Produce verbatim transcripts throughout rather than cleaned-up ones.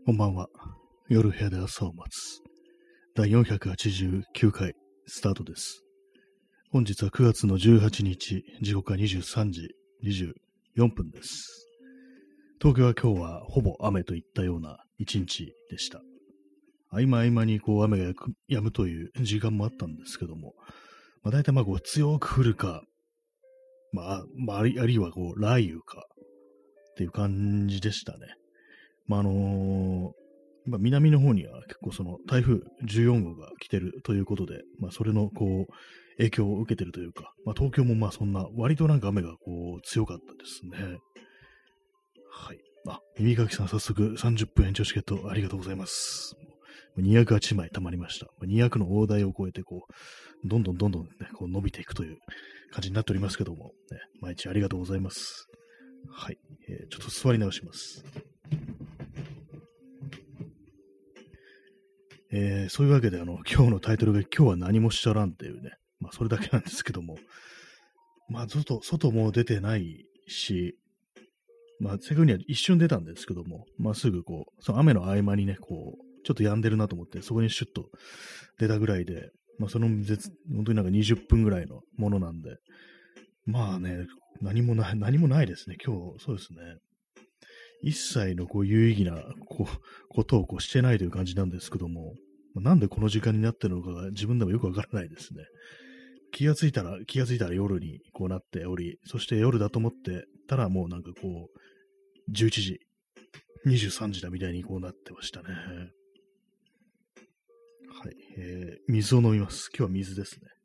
こんばんは。夜部屋で朝を待つ。だいよんひゃくはちじゅうきゅうかいスタートです。本日はくがつのじゅうはちにち、時刻はにじゅうさんじにじゅうよんぷんです。東京は今日はほぼ雨といったような一日でした。合間合間にこう雨が止むという時間もあったんですけども、まあ、大体まあこう強く降るか、まあ、まあ、あるいはこう雷雨かっていう感じでしたね。まあ、あのー、今南の方には結構その台風じゅうよんごうが来てるということで、まあ、それのこう影響を受けてるというか、まあ、東京もまあそんな割となんか雨がこう強かったですね。はい。あ、耳かきさん早速さんじゅっぷん延長チケットありがとうございます。にひゃくはちまい貯まりました。にひゃくの大台を超えてこう、どんどんどんどん、ね、こう伸びていくという感じになっておりますけども、ね、毎日ありがとうございます。はい。えー、ちょっと座り直します。えー、そういうわけで、あの、今日のタイトルが今日は何もしちゃらんっていうね、まあ、それだけなんですけども、まあ、外、外も出てないし、まあ、正確には一瞬出たんですけども、まあ、すぐこう、その雨の合間にね、こう、ちょっと止んでるなと思って、そこにシュッと出たぐらいで、まあ、その絶、本当になんかにじゅっぷんぐらいのものなんで、まあね、何もない、何もないですね、今日、そうですね。一切のこう有意義なこうことをこうしてないという感じなんですけども、なんでこの時間になってるのかが自分でもよくわからないですね。気がついたら、気がついたら夜にこうなっており、そして夜だと思ってたらもうなんかこう、じゅういちじ、にじゅうさんじだみたいにこうなってましたね。はい、えー、水を飲みます。今日は水ですね。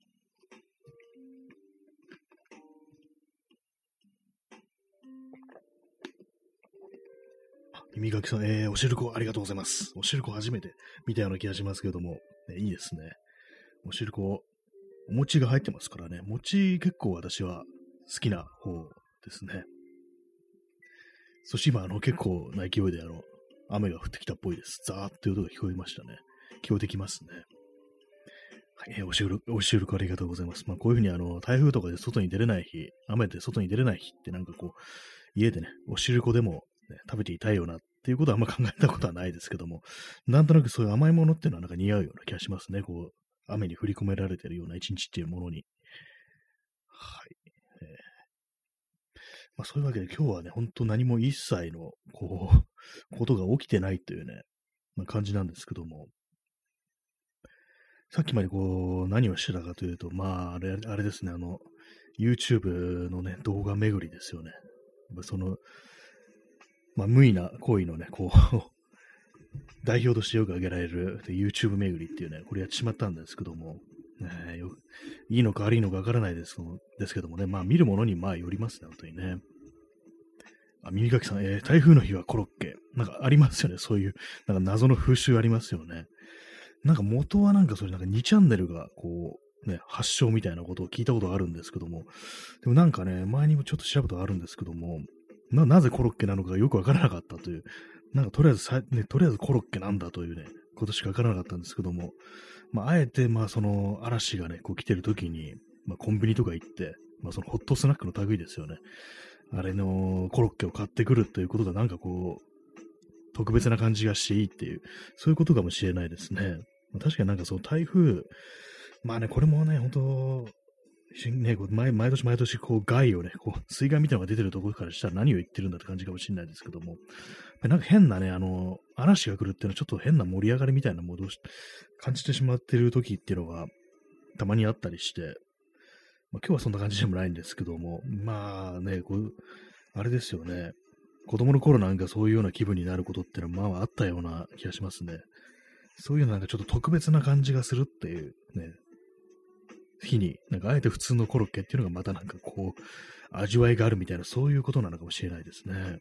耳かきさん、えー、おしるこありがとうございます。おしるこ初めて見たような気がしますけども、ね、いいですね。おしるこ、お餅が入ってますからね。餅結構私は好きな方ですね。そして今、あの、結構な勢いで、あの、雨が降ってきたっぽいです。ザーっていう音が聞こえましたね。聞こえてきますね。はい、えー、おしるこ、おしるこありがとうございます。まあ、こういうふうに、あの、台風とかで外に出れない日、雨で外に出れない日って、なんかこう、家でね、おしるこでも、ね、食べていたいよなっていうことはあんま考えたことはないですけども、なんとなくそういう甘いものっていうのはなんか似合うような気がしますね。こう、雨に降り込められているような一日っていうものに。はい。えーまあ、そういうわけで今日はね、本当何も一切の、こう、ことが起きてないというね、まあ、感じなんですけども、さっきまでこう、何をしてたかというと、まあ、あれ、あれですね、あの、YouTube のね、動画巡りですよね。その、まあ、無意な行為のね、こう代表としてよく挙げられる YouTube 巡りっていうね、これやってしまったんですけども、ね、よいいのか悪いのかわからないですですけどもね、まあ見るものにまあよりますね、本当にね。あ、耳かきさん、えー、台風の日はコロッケ。なんかありますよね、そういう、なんか謎の風習ありますよね。なんか元はなんかそれなんかにチャンネルがこう、ね、発祥みたいなことを聞いたことがあるんですけども、でもなんかね、前にもちょっと調べたことがあるんですけども、な、なぜコロッケなのかよくわからなかったという、なんかとりあえずさ、ね、とりあえずコロッケなんだというね、ことしかわからなかったんですけども、まあ、あえて、まあ、その嵐がね、こう来てる時に、まあ、コンビニとか行って、まあ、そのホットスナックの類ですよね。あれのコロッケを買ってくるということがなんかこう、特別な感じがしていいっていう、そういうことかもしれないですね。まあ、確かになんかその台風、まあね、これもね、本当ね、こう毎毎年毎年、こう、害をね、こう、水害みたいなのが出てるところからしたら何を言ってるんだって感じかもしれないですけども、なんか変なね、あの、嵐が来るっていうのはちょっと変な盛り上がりみたいなものを感じてしまってる時っていうのがたまにあったりして、まあ、今日はそんな感じでもないんですけども、まあね、こう、あれですよね、子供の頃なんかそういうような気分になることっていうのはまああったような気がしますね。そういうのなんかちょっと特別な感じがするっていうね、日に、なんかあえて普通のコロッケっていうのがまたなんかこう、味わいがあるみたいな、そういうことなのかもしれないですね。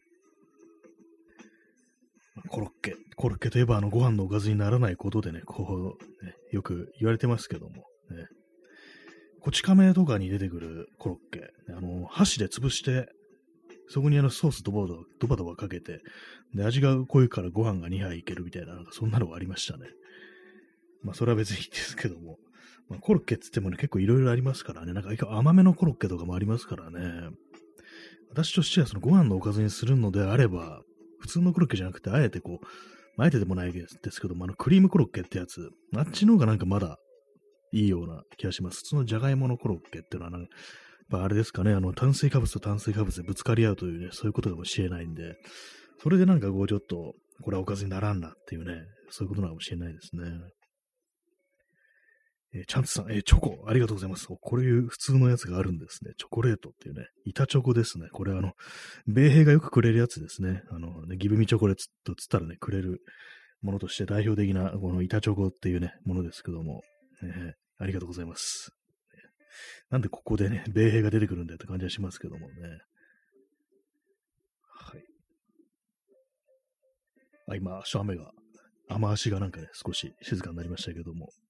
コロッケ。コロッケといえば、あの、ご飯のおかずにならないことでね、こう、ね、よく言われてますけども、ね。こち亀とかに出てくるコロッケ、あの、箸で潰して、そこにあのソースドバドバ、ドバドバかけて、で、味が濃いからご飯がにはいいけるみたいな、なんかそんなのがありましたね。まあ、それは別にいいですけども。まあ、コロッケって言ってもね、結構いろいろありますからね。なんか甘めのコロッケとかもありますからね。私としてはそのご飯のおかずにするのであれば、普通のコロッケじゃなくて、あえてこう、 あえてでもないですですけども、あの、クリームコロッケってやつ、あっちの方がなんかまだいいような気がします。普通のじゃがいものコロッケっていうのはなんか、やっぱあれですかね、あの、炭水化物と炭水化物でぶつかり合うというね、そういうことかもしれないんで、それでなんかこうちょっと、これはおかずにならんなっていうね、そういうことなのかもしれないですね。えーチャンツさん、えーチョコ、ありがとうございます。こういう普通のやつがあるんですね。チョコレートっていうね、板チョコですね。これあの、米兵がよくくれるやつですね。あの、ね、ギブミチョコレートつったらね、くれるものとして代表的な、この板チョコっていうね、ものですけども、えーありがとうございます。なんでここでね、米兵が出てくるんだよって感じはしますけどもね。はい。あ、今、ちょっと雨が、雨足がなんかね、少し静かになりましたけども。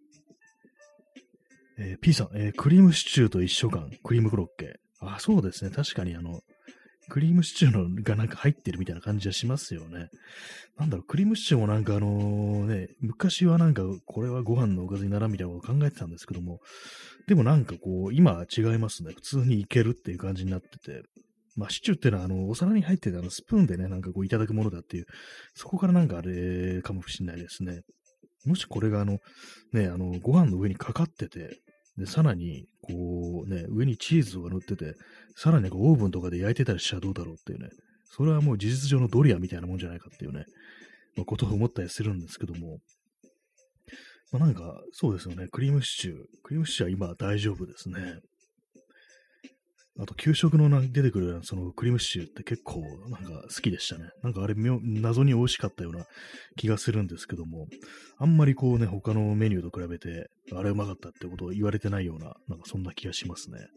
えー P さん、えークリームシチューと一緒感、クリームコロッケ。あ、そうですね。確かにあの、クリームシチューのがなんか入ってるみたいな感じはしますよね。なんだろう、クリームシチューもなんかあのね、昔はなんかこれはご飯のおかずにならんみたいなことを考えてたんですけども、でもなんかこう、今は違いますね。普通にいけるっていう感じになってて。まあ、シチューっていうのは、あの、お皿に入ってて、あの、スプーンでね、なんかこう、いただくものだっていう、そこからなんかあれかもしれないですね。もしこれがあの、ね、あの、ご飯の上にかかってて、で、さらに、こうね、上にチーズが乗ってて、さらにこうオーブンとかで焼いてたりしたらどうだろうっていうね、それはもう事実上のドリアみたいなもんじゃないかっていうね、まあ、ことを思ったりするんですけども、まあ、なんか、そうですよね、クリームシチュー。クリームシチューは今大丈夫ですね。あと、給食のな出てくるそのクリームシチューって結構なんか好きでしたね。なんかあれ妙、謎に美味しかったような気がするんですけども、あんまりこうね、他のメニューと比べて、あれうまかったってことを言われてないような、なんかそんな気がしますね。はい。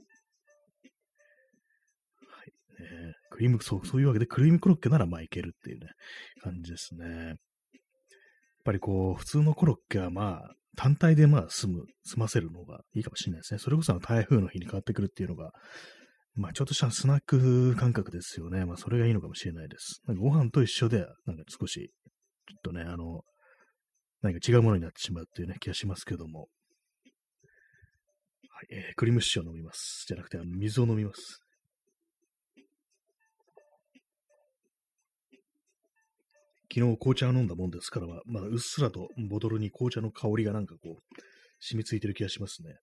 ね、クリーム、そう、そういうわけでクリームコロッケならまあいけるっていうね、感じですね。やっぱりこう、普通のコロッケはまあ、単体でまあ済む、済ませるのがいいかもしれないですね。それこそあの台風の日に変わってくるっていうのが、まあ、ちょっとしたスナック感覚ですよね。まあ、それがいいのかもしれないです。なんかご飯と一緒で、なんか少し、ちょっとね、あの、何か違うものになってしまうっていうね、気がしますけども。はい、えークリームシチューを飲みます。じゃなくて、あの水を飲みます。昨日紅茶を飲んだもんですからは、まあ、うっすらとボトルに紅茶の香りがなんかこう、染みついてる気がしますね。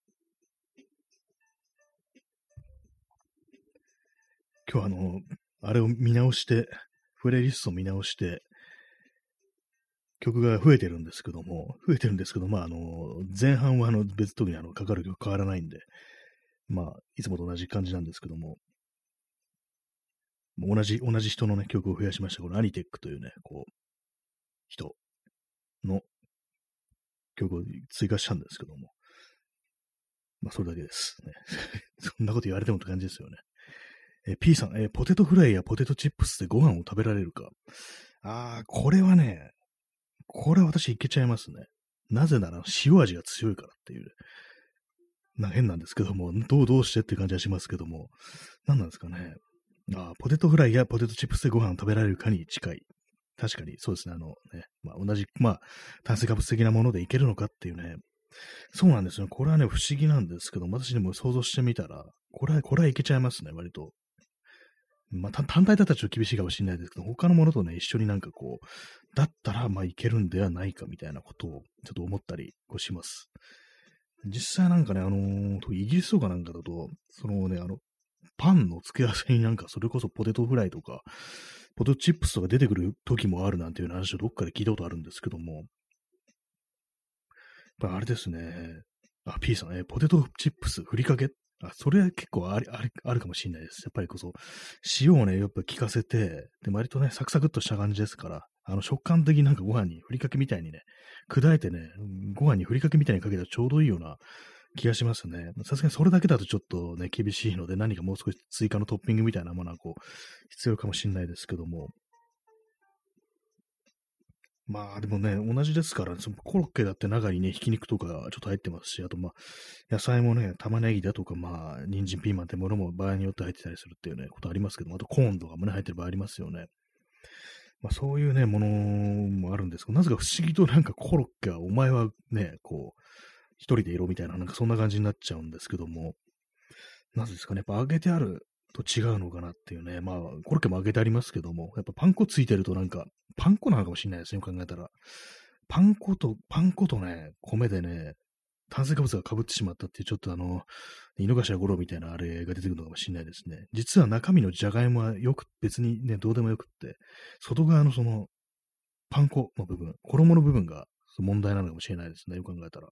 今日あの、あれを見直して、プレイリストを見直して、曲が増えてるんですけども、増えてるんですけど、まあ、あの、前半はあの別特にあのかかる曲変わらないんで、まあ、いつもと同じ感じなんですけども、同じ、同じ人のね、曲を増やしました。このアニテックというね、こう、人の曲を追加したんですけども、まあ、それだけです。ね、そんなこと言われてもって感じですよね。え P さん、えポテトフライやポテトチップスでご飯を食べられるか。ああ、これはね、これは私いけちゃいますね。なぜなら塩味が強いからっていう、な変なんですけども、どうどうしてって感じはしますけども、何なんですかね。あーポテトフライやポテトチップスでご飯を食べられるかに近い。確かに、そうですね。あのね、まあ、同じ、まあ、炭水化物的なものでいけるのかっていうね。そうなんですよ。これはね、不思議なんですけど、私でも想像してみたら、これは、これはいけちゃいますね、割と。まあ、単単体だったらちょっと厳しいかもしれないですけど、他のものとね、一緒になんかこう、だったら、まあ、いけるんではないかみたいなことを、ちょっと思ったりこうします。実際なんかね、あのー特にイギリスとかなんかだと、そのね、あの、パンの付け合わせになんか、それこそポテトフライとか、ポテトチップスとか出てくる時もあるなんていう話をどっかで聞いたことあるんですけども、やっぱあれですね。あ、P さん、え、ポテトチップス、ふりかけあ、それは結構あり、あり、あるかもしれないです。やっぱりこそ、塩をね、やっぱ効かせて、で、割とね、サクサクっとした感じですから、あの、食感的になんかご飯にふりかけみたいにね、砕いてね、うんご飯にふりかけみたいにかけたらちょうどいいような気がしますね。さすがにそれだけだとちょっとね、厳しいので、何かもう少し追加のトッピングみたいなものはこう、必要かもしれないですけども、まあでもね、同じですから、そのコロッケだって中にね、ひき肉とかちょっと入ってますし、あとまあ、野菜もね、玉ねぎだとか、まあ、人参、ピーマンってものも場合によって入ってたりするっていうね、ことありますけども、あとコーンとかもね、入ってる場合ありますよね。まあそういうね、ものもあるんですけど、なぜか不思議となんかコロッケはお前はね、こう、一人でいろみたいな、なんかそんな感じになっちゃうんですけども、なぜですかね、やっぱ揚げてあると違うのかなっていうね、まあ、コロッケも揚げてありますけども、やっぱパン粉ついてるとなんか、 パン粉なのかもしれないですね、考えたら。パン粉と、パン粉とね、米でね、炭水化物が被ってしまったっていう、ちょっとあの、井の頭五郎みたいなあれが出てくるのかもしれないですね。実は中身のじゃがいもはよく、別にね、どうでもよくって、外側のその、パン粉の部分、衣の部分が問題なのかもしれないですね、よく考えたら。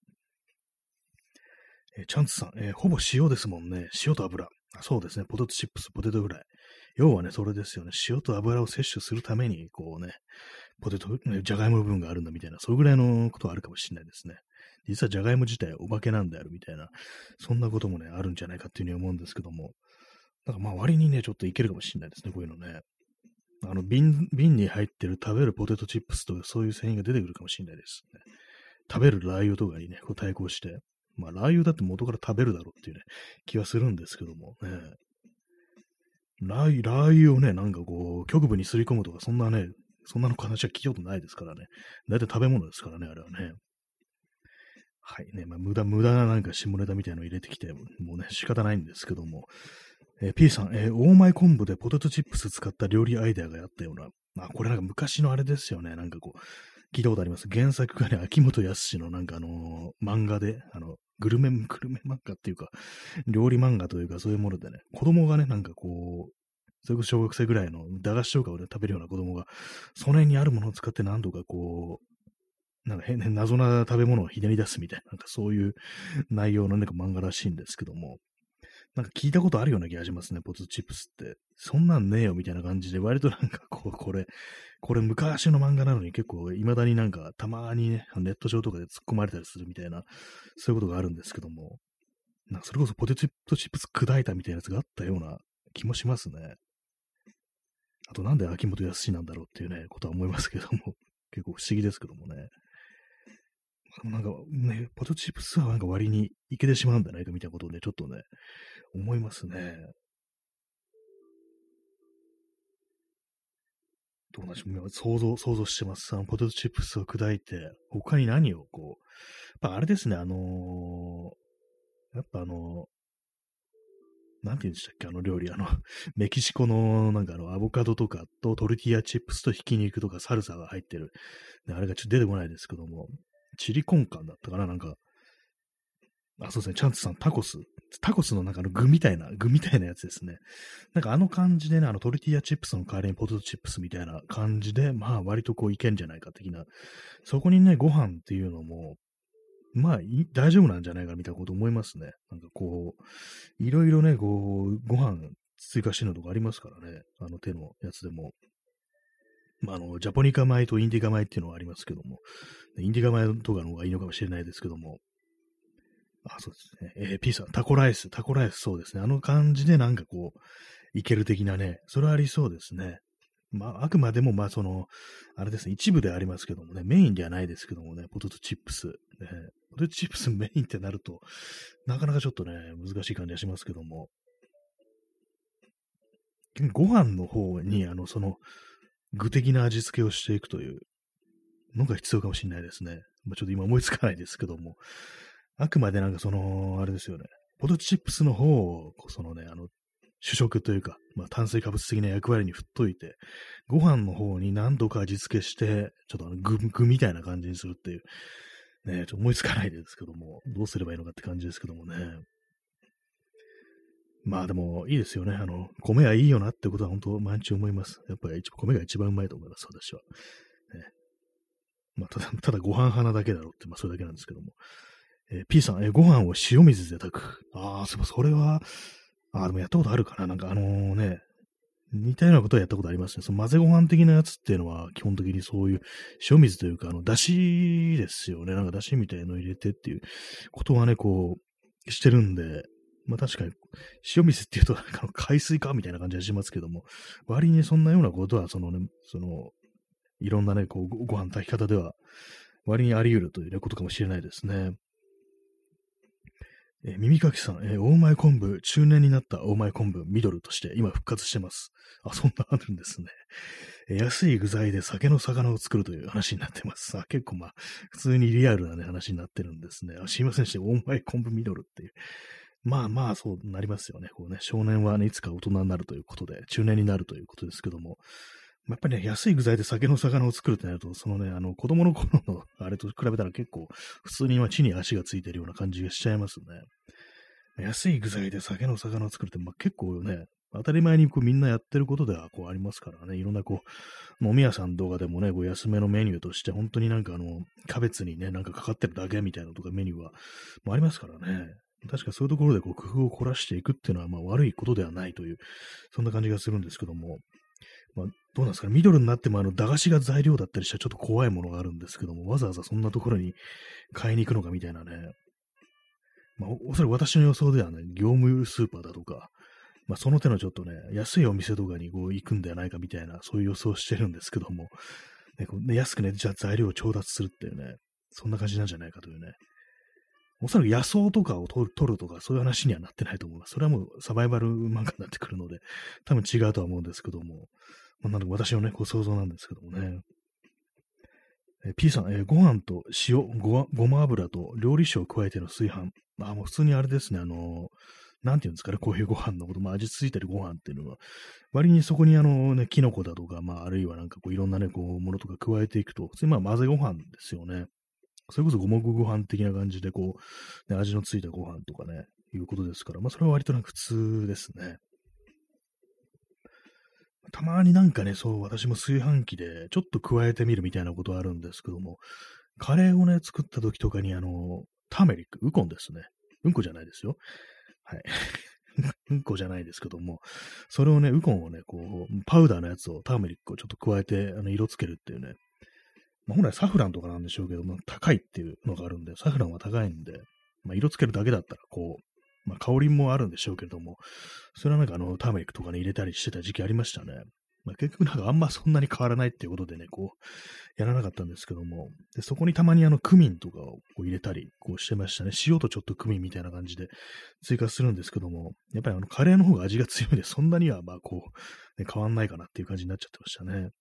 えーチャンツさん、えーほぼ塩ですもんね。塩と油。あ、そうですね。ポテトチップス、ポテトフライ。要はね、それですよね。塩と油を摂取するために、こうね、ポテト、ねじゃがいもの部分があるんだみたいな、それぐらいのことはあるかもしれないですね。実はじゃがいも自体お化けなんであるみたいな、そんなこともね、あるんじゃないかっていうふうに思うんですけども、なんかまあ割にね、ちょっといけるかもしれないですね、こういうのね。あの、瓶、瓶に入ってる食べるポテトチップスとかそういう繊維が出てくるかもしれないですね。食べるラー油とかにね、こう対抗して、まあラー油だって元から食べるだろうっていうね、気はするんですけどもね。ラー油、ラー油をね、なんかこう、局部にすり込むとか、そんなね、そんなの話は聞いたことないですからね。だいたい食べ物ですからね、あれはね。はいね、まあ、無駄、無駄ななんか下ネタみたいなの入れてきて、もうね、仕方ないんですけども。えー P さん、えー、大前昆布でポテトチップス使った料理アイデアがあったような。あ、これなんか昔のあれですよね。なんかこう、聞いたことあります。原作がね、秋元康のなんかあのー漫画で、あの、グルメ、グルメ漫画っていうか、料理漫画というかそういうものでね、子供がね、なんかこう、それこそ小学生ぐらいの駄菓子とかを、ね、食べるような子供が、その辺にあるものを使って何度かこう、なんか変、変謎な食べ物をひねり出すみたいな、なんかそういう内容のなんか漫画らしいんですけども、なんか聞いたことあるような気がしますね、ポテトチップスって。そんなんねえよみたいな感じで、割となんかこう、これ、これ昔の漫画なのに結構未だになんかたまにね、ネット上とかで突っ込まれたりするみたいな、そういうことがあるんですけども、なんかそれこそポテトチップス砕いたみたいなやつがあったような気もしますね。あとなんで秋元康なんだろうっていうね、ことは思いますけども、結構不思議ですけどもね。なんかね、ポテトチップスはなんか割にいけてしまうんじゃないかみたいなことをね、ちょっとね、思いますね。どうなんでしょう。想像、想像してます。あの、ポテトチップスを砕いて、他に何をこう、やっぱあれですね、あのーやっぱあのーなんて言うんでしたっけ、あの料理、あの、メキシコの、なんかあの、アボカドとかとトルティーヤチップスとひき肉とかサルサが入ってる。ねあれがちょっと出てこないですけども、チリコンカンだったかな、なんか、あ、そうですね、チャンツさん、タコス。タコスのなんかあの具みたいな、具みたいなやつですね。なんかあの感じでね、あのトルティーヤチップスの代わりにポテトチップスみたいな感じで、まあ割とこういけんじゃないか的な。そこにね、ご飯っていうのも、まあい大丈夫なんじゃないかみたいなこと思いますね。なんかこう、いろいろね、こう、ご飯追加してるのとかありますからね。あの手のやつでも。まあ、あの、ジャポニカ米とインディカ米っていうのはありますけども、インディカ米とかの方がいいのかもしれないですけども、あ、そうですね。えー、P さん、タコライス、タコライス、そうですね。あの感じでなんかこう、いける的なね、それはありそうですね。まあ、あくまでも、まあ、その、あれですね、一部ではありますけどもね、メインではないですけどもね、ポテトチップス。ね、ポテトチップスメインってなると、なかなかちょっとね、難しい感じがしますけども、ご飯の方に、あの、その、具的な味付けをしていくというのが必要かもしれないですね。まあ、ちょっと今思いつかないですけども、あくまでなんかその、あれですよね。ポテトチップスの方を、そのね、あの、主食というか、まあ、炭水化物的な役割に振っといて、ご飯の方に何度か味付けして、ちょっとあの具、具みたいな感じにするっていう、ね、ちょっと思いつかないですけども、どうすればいいのかって感じですけどもね。まあでも、いいですよね。あの、米はいいよなってことは本当、毎日思います。やっぱり米が一番うまいと思います、私は。ね、まあ、ただ、ただご飯派なだけだろうって、まあ、それだけなんですけども。えー P さん、えーご飯を塩水で炊く。ああ、そういえばそれは、ああ、でもやったことあるかな。なんかあのね、似たようなことはやったことありますね。その混ぜご飯的なやつっていうのは、基本的にそういう塩水というか、あの、だしですよね。なんかだしみたいの入れてっていうことはね、こう、してるんで、まあ確かに、塩水っていうと、なんか海水かみたいな感じがしますけども、割にそんなようなことは、そのね、その、いろんなね、こう、ごご飯炊き方では、割にあり得るという、ね、ことかもしれないですね。えー耳かきさん、えー大前昆布、中年になった大前昆布、ミドルとして今復活してます。あ、そんなあるんですね。えー安い具材で酒の魚を作るという話になってます。あ、結構まあ、普通にリアルな、ね、話になってるんですね。あ、すいませんでした。大前昆布ミドルっていう。まあまあ、そうなりますよね。こうね、少年は、ね、いつか大人になるということで、中年になるということですけども、 やっぱりね、安い具材で酒の魚を作るってなると、そのね、あの、子供の頃のあれと比べたら結構、普通に今地に足がついてるような感じがしちゃいますね。安い具材で酒の魚を作るって、まあ、結構ね、当たり前にこうみんなやってることではこうありますからね、いろんなこう、飲み屋さん動画でもね、こう安めのメニューとして、本当になんかあの、キャベツにね、なんかかかってるだけみたいなのとかメニューは、もありますからね。確かそういうところでこう工夫を凝らしていくっていうのは、まあ悪いことではないという、そんな感じがするんですけども、まあ、どうなんですかね、ミドルになってもあの、駄菓子が材料だったりしたらちょっと怖いものがあるんですけども、わざわざそんなところに買いに行くのかみたいなね、まあ、おおそらく私の予想ではね、業務スーパーだとか、まあ、その手のちょっとね、安いお店とかにこう行くんではないかみたいな、そういう予想をしてるんですけども、ね、こうね安くね、じゃあ材料を調達するっていうね、そんな感じなんじゃないかというね。おそらく野草とかを取る取るとか、そういう話にはなってないと思います。それはもうサバイバル漫画になってくるので、多分違うとは思うんですけども、まあ、なんで私のね、こう想像なんですけどもね。えー P さん、えーご飯と塩ご、ごま油と料理酒を加えての炊飯。まあ、もう普通にあれですね、あのーなんていうんですかね、こういうご飯のこと、まあ、味付いてるご飯っていうのは、割にそこにあのね、キノコだとか、まあ、あるいはなんかこういろんなね、こう、ものとか加えていくと、普通にまあ、混ぜご飯ですよね。それこそ五目ご飯的な感じで、こう、ね、味のついたご飯とかね、いうことですから、まあ、それは割となんか普通ですね。たまになんかね、そう、私も炊飯器でちょっと加えてみるみたいなことはあるんですけども、カレーをね、作った時とかに、あの、ターメリック、ウコンですね。うんこじゃないですよ。はい。うんこじゃないですけども、それをね、ウコンをね、こう、パウダーのやつを、ターメリックをちょっと加えて、あの、色つけるっていうね。まあ、本来サフランとかなんでしょうけども、高いっていうのがあるんで、サフランは高いんで、まあ、色つけるだけだったら、こう、まあ、香りもあるんでしょうけれども、それはなんかあの、ターメリックとかに入れたりしてた時期ありましたね。まあ、結局なんかあんまそんなに変わらないっていうことでね、こう、やらなかったんですけども、でそこにたまにあの、クミンとかをこう入れたり、こうしてましたね。塩とちょっとクミンみたいな感じで追加するんですけども、やっぱりあの、カレーの方が味が強いんで、そんなにはまあこう、ね、変わんないかなっていう感じになっちゃってましたね。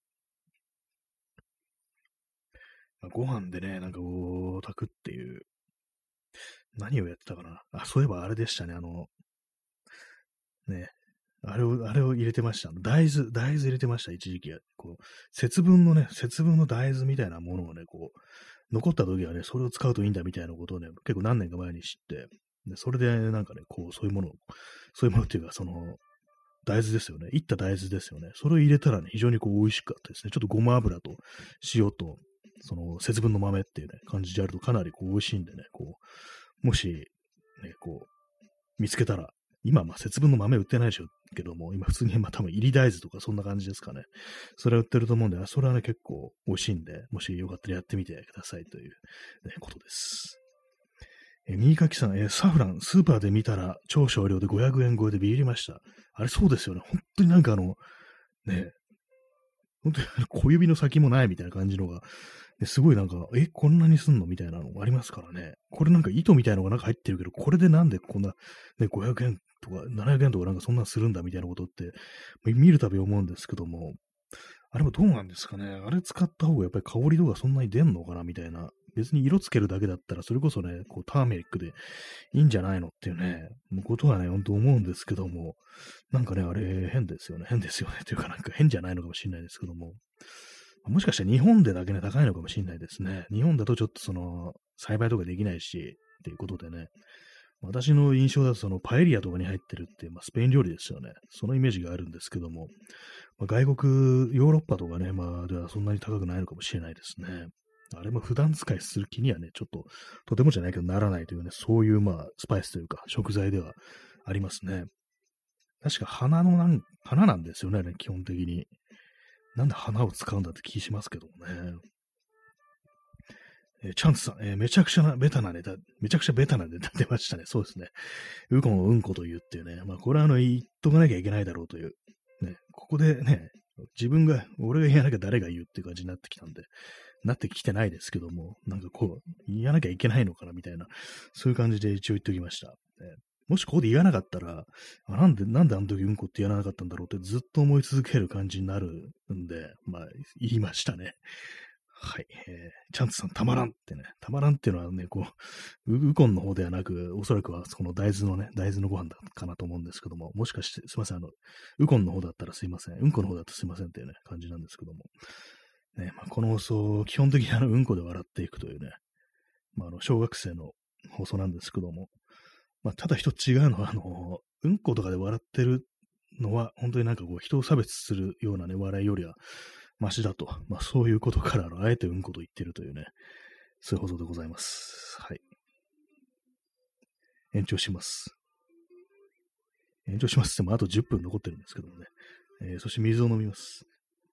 まあ、ご飯でね、なんかこう、炊くっていう、何をやってたかな。あ、そういえばあれでしたね、あの、ね、あれを、あれを入れてました。大豆、大豆入れてました、一時期。こう、節分のね、節分の大豆みたいなものをね、こう、残った時はね、それを使うといいんだみたいなことをね、結構何年か前に知って、でそれでなんかね、こう、そういうものを、そういうものっていうか、その、大豆ですよね。いった大豆ですよね。それを入れたらね、非常にこう、美味しかったですね。ちょっとごま油と塩と、その、節分の豆っていうね、感じでやるとかなりこう、美味しいんでね、こう、もし、ね、こう、見つけたら、今、まあ、節分の豆売ってないでしょうけども、今普通に、まあ、多分、入り大豆とかそんな感じですかね。それは売ってると思うんで、それはね、結構美味しいんで、もしよかったらやってみてくださいという、ね、ことです。えー、右かきさん、えーサフラン、スーパーで見たら超少量でごひゃくえん超えでビビりました。あれそうですよね。本当になんかあの、ね、本当に小指の先もないみたいな感じのが、ね、すごいなんか、え、こんなにすんのみたいなのがありますからね。これなんか糸みたいなのがなんか入ってるけど、これでなんでこんな、ね、ごひゃくえんとかななひゃくえんとかなんかそんなんするんだみたいなことって、見るたび思うんですけども、あれもどうなんですかね。あれ使った方がやっぱり香りとかそんなに出んのかなみたいな。別に色つけるだけだったら、それこそね、こうターメリックでいいんじゃないのっていうね、もうことはね、ほんと思うんですけども、なんかね、あれ変ですよね。変ですよね。というかなんか変じゃないのかもしれないですけども、もしかして日本でだけね、高いのかもしれないですね。日本だとちょっとその、栽培とかできないし、っていうことでね、私の印象だとそのパエリアとかに入ってるっていう、まあ、スペイン料理ですよね。そのイメージがあるんですけども、まあ、外国、ヨーロッパとかね、まあ、ではそんなに高くないのかもしれないですね。あれも普段使いする気にはね、ちょっと、とてもじゃないけどならないというね、そういうまあ、スパイスというか、食材ではありますね。確か花のなん、花なんですよね、基本的に。なんで花を使うんだって気しますけどもね。えーチャンスさん、えーめちゃくちゃなベタなネタ、めちゃくちゃベタなネタ出ましたね。そうですね。ウコンをうんこと言うっていうね。まあ、これはあの、言っとかなきゃいけないだろうという。ね、ここでね、自分が、俺が言わなきゃ誰が言うっていう感じになってきたんで、なってきてないですけども、なんかこう、言わなきゃいけないのかなみたいな、そういう感じで一応言っておきました。ね、もしここで言わなかったら、あなんで、なんであの時うんこって言わなかったんだろうってずっと思い続ける感じになるんで、まあ、言いましたね。 はい。えー、チャンツさん、たまらんってね、たまらんっていうのはね、こう、ウウコンの方ではなく、おそらくはその大豆のね、大豆のご飯だかなと思うんですけども、もしかして、すいません、あの、ウコンの方だったらすいません、うんこの方だったらすいませんっていうね、感じなんですけども、ね、まあ、この放送、基本的にあの、うんこで笑っていくというね、まあ、あの、小学生の放送なんですけども、まあ、ただ一つ違うのは、あの、うんことかで笑ってるのは、本当になんかこう、人を差別するようなね、笑いよりは、マシだと。まあ、そういうことから、あの、あえてうんこと言ってるというね、そういう放送でございます。はい。延長します。延長しますってもあとじゅっぷん残ってるんですけどもね。えー、そして水を飲みます。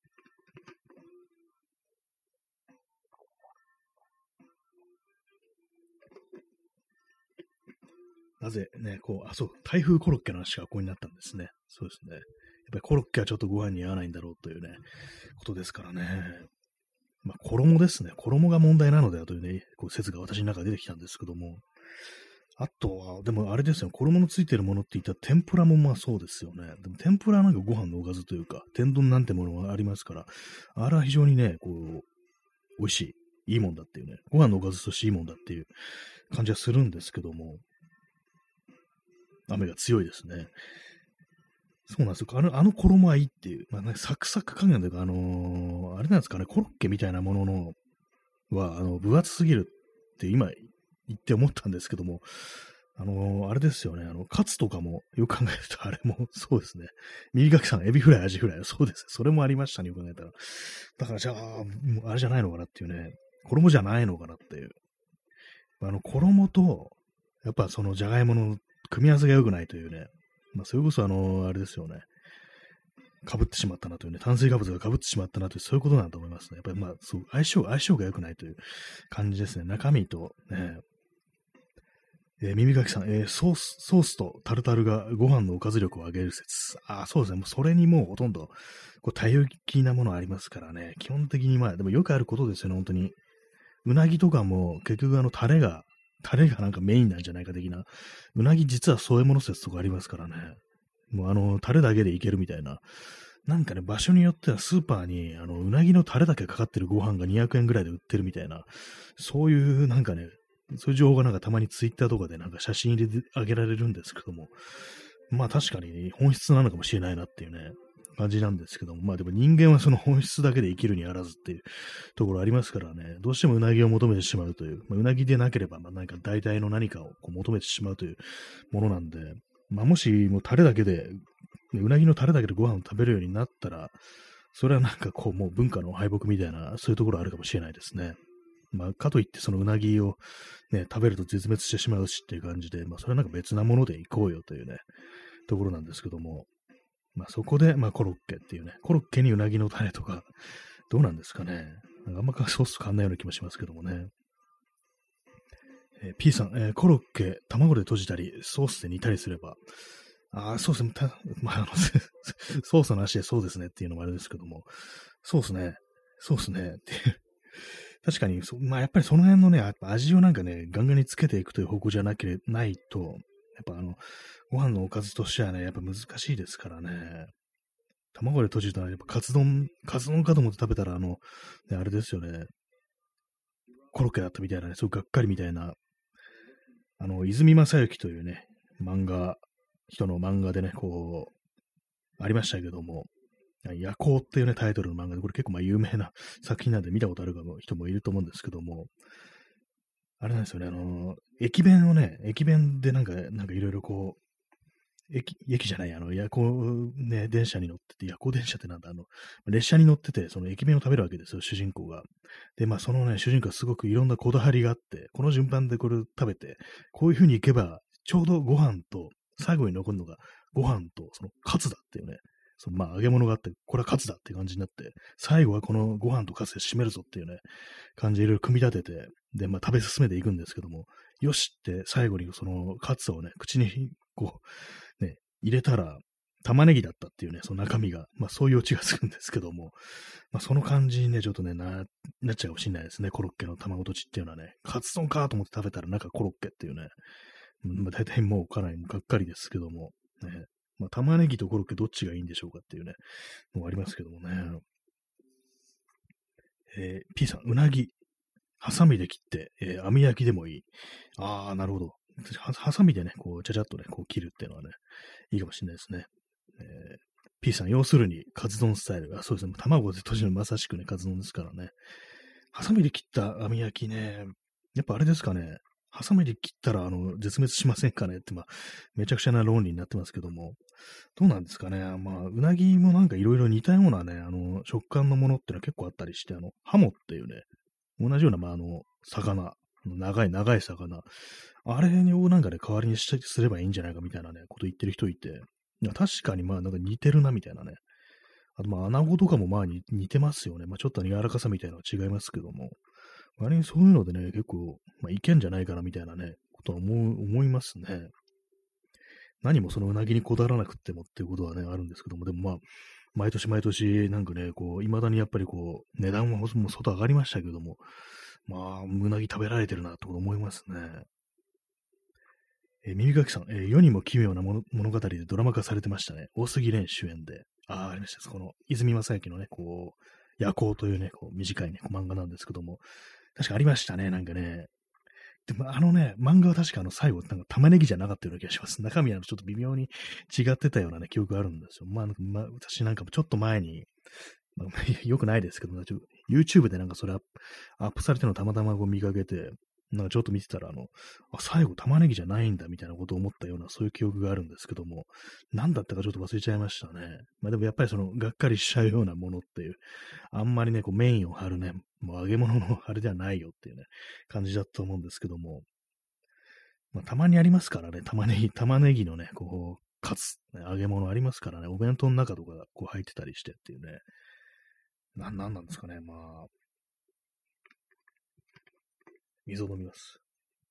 なぜね、こう、あ、そう、台風コロッケの話がここになったんですね。そうですね。やっぱりコロッケはちょっとご飯に合わないんだろうというね、ことですからね。まあ、衣ですね。衣が問題なのではというね、こう説が私の中で出てきたんですけども。あとは、でもあれですよ、衣のついてるものって言ったら天ぷらもまあそうですよね。でも天ぷらはなんかご飯のおかずというか、天丼なんてものがありますから、あれは非常にね、こう、美味しい、いいもんだっていうね、ご飯のおかずとしていいもんだっていう感じはするんですけども、雨が強いですね。そうなんですよ。あの、あの衣はいいっていう、まあね、サクサク加減というか、あのーあれなんですかね、コロッケみたいなもののは、あの、分厚すぎるって今言って思ったんですけども、あのーあれですよね、あの、カツとかも、よく考えると、あれも、そうですね。耳かきさん、エビフライ、アジフライ、そうです。それもありましたね、よく考えたら。だから、じゃあ、もうあれじゃないのかなっていうね、衣じゃないのかなっていう。あの、衣と、やっぱその、じゃがいもの組み合わせが良くないというね、まあ、それこそ、あのーあれですよね。被ってしまったなというね、炭水化物が被ってしまったなという、そういうことなんだと思いますね。やっぱりまあ、そう、相性、相性が良くないという感じですね。中身とね、えー耳かきさん、えーソース、ソースとタルタルがご飯のおかず力を上げる説。ああ、そうですね。もうそれにもうほとんど、こう、多様的なものありますからね。基本的にまあ、でもよくあることですよね、本当に。うなぎとかも、結局あの、タレが、タレがなんかメインなんじゃないか的な。うなぎ実はそういうもの説とかありますからね。もうあの、タレだけでいけるみたいな。なんかね、場所によってはスーパーに、あの、うなぎのタレだけかかってるご飯がにひゃくえんぐらいで売ってるみたいな、そういうなんかね、そういう情報がなんかたまにツイッターとかでなんか写真入れてあげられるんですけども、まあ確かに本質なのかもしれないなっていうね、感じなんですけども、まあでも人間はその本質だけで生きるにあらずっていうところありますからね、どうしてもうなぎを求めてしまうという、まあ、うなぎでなければ、まあなんか代替の何かをこう求めてしまうというものなんで、まあもしもうタレだけで、うなぎのタレだけでご飯を食べるようになったら、それはなんかこうもう文化の敗北みたいな、そういうところあるかもしれないですね。まあ、かといってそのうなぎをね、食べると絶滅してしまうしっていう感じで、まあ、それはなんか別なものでいこうよというね、ところなんですけども、まあ、そこで、まあ、コロッケっていうね、コロッケにうなぎの種とか、どうなんですかね。なんかあんまソースと変わんないような気もしますけどもね。えー P さん、えーコロッケ、卵で閉じたり、ソースで煮たりすれば、ああ、そうですね。たまあ、あの、ソースの足でそうですねっていうのもあれですけども、そうですね。そうですね。っていう確かにそ、まあやっぱりその辺のね、やっぱ味をなんかね、ガンガンにつけていくという方向じゃなければないと、やっぱあの、ご飯のおかずとしてはね、やっぱ難しいですからね。卵で閉じたら、やっぱカツ丼、カツ丼かと思って食べたら、あの、ね、あれですよね、コロッケだったみたいなね、そうがっかりみたいな、あの、泉正幸というね、漫画、人の漫画でね、こう、ありましたけども、夜行っていうね、タイトルの漫画で、これ結構まあ有名な作品なんで見たことある人もいると思うんですけども、あれなんですよね、あの、駅弁をね、駅弁でなんか、なんかいろいろこう、駅、駅じゃない、あの、夜行ね、電車に乗ってて、夜行電車ってなんだ、あの、列車に乗ってて、その駅弁を食べるわけですよ、主人公が。で、まあ、そのね、主人公はすごくいろんなこだわりがあって、この順番でこれを食べて、こういう風に行けば、ちょうどご飯と、最後に残るのが、ご飯と、その、カツだっていうね、そのまあ、揚げ物があって、これはカツだって感じになって、最後はこのご飯とカツで締めるぞっていうね、感じでいろいろ組み立てて、で、まあ、食べ進めていくんですけども、よしって最後にそのカツをね、口にこう、ね、入れたら、玉ねぎだったっていうね、その中身が、まあそういうオチがつくんですけども、まあその感じにね、ちょっとね、な、なっちゃうかもしれないですね、コロッケの卵とちっていうのはね、カツ丼かと思って食べたら中コロッケっていうね、まあ大体もうかなりがっかりですけども、ね、まあ玉ねぎとコロッケどっちがいいんでしょうかっていうね、のがありますけどもね。 えー、P さん、うなぎ、ハサミで切って、えー網焼きでもいい。あー、なるほど。はハサミでね、こう、ちゃちゃっとね、こう切るっていうのはね、いいかもしれないですね。えー P さん、要するに、カツ丼スタイル。あ、そうですね。卵で閉じるまさしくね、カツ丼ですからね。ハサミで切った網焼きね、やっぱあれですかね。ハサミで切ったら、あの、絶滅しませんかねって、まあ、めちゃくちゃな論理になってますけども、どうなんですかね。まあ、うなぎもなんかいろいろ似たようなね、あの、食感のものってのは結構あったりして、あの、ハモっていうね、同じような、まあ、あの、魚、長い長い魚、あれをなんかね、代わりにしすればいいんじゃないかみたいなね、こと言ってる人いて、いや確かにまあ、なんか似てるなみたいなね。あとまあ、穴子とかもまあに似てますよね。まあ、ちょっと柔らかさみたいなのは違いますけども、割にそういうのでね、結構、まあ、いけんじゃないかなみたいなね、ことは思う、思いますね。何もそのうなぎにこだわらなくってもっていうことはね、あるんですけども、でもまあ、毎年毎年、なんかね、こう、未だにやっぱりこう、値段はもう外上がりましたけども、まあ、うなぎ食べられてるなってこと思いますね。えー耳かきさん、えー世にも奇妙な物物語でドラマ化されてましたね。大杉蓮主演で。ああ、ありました。この、泉正幸のね、こう、夜行というね、こう短いね、漫画なんですけども、確かありましたね、なんかね。でも、あのね、漫画は確かあの最後、なんか玉ねぎじゃなかったような気がします。中身はちょっと微妙に違ってたようなね、記憶があるんですよ。まあ、まあ、私なんかもちょっと前に、まあ、よくないですけど、YouTube でなんかそれアップアップされてるのをたまたまこう見かけて、なんかちょっと見てたら、あの、あ、最後玉ねぎじゃないんだみたいなことを思ったような、そういう記憶があるんですけども、何だったかちょっと忘れちゃいましたね。まあでもやっぱりその、がっかりしちゃうようなものっていう、あんまりね、こうメインを張るね、もう揚げ物のあれではないよっていうね、感じだと思うんですけども、まあ、たまにありますからね、玉ねぎ、玉ねぎのね、こう、カツ、ね、揚げ物ありますからね、お弁当の中とかこう入ってたりしてっていうね、な、なんなんですかね、まあ、水を飲みます。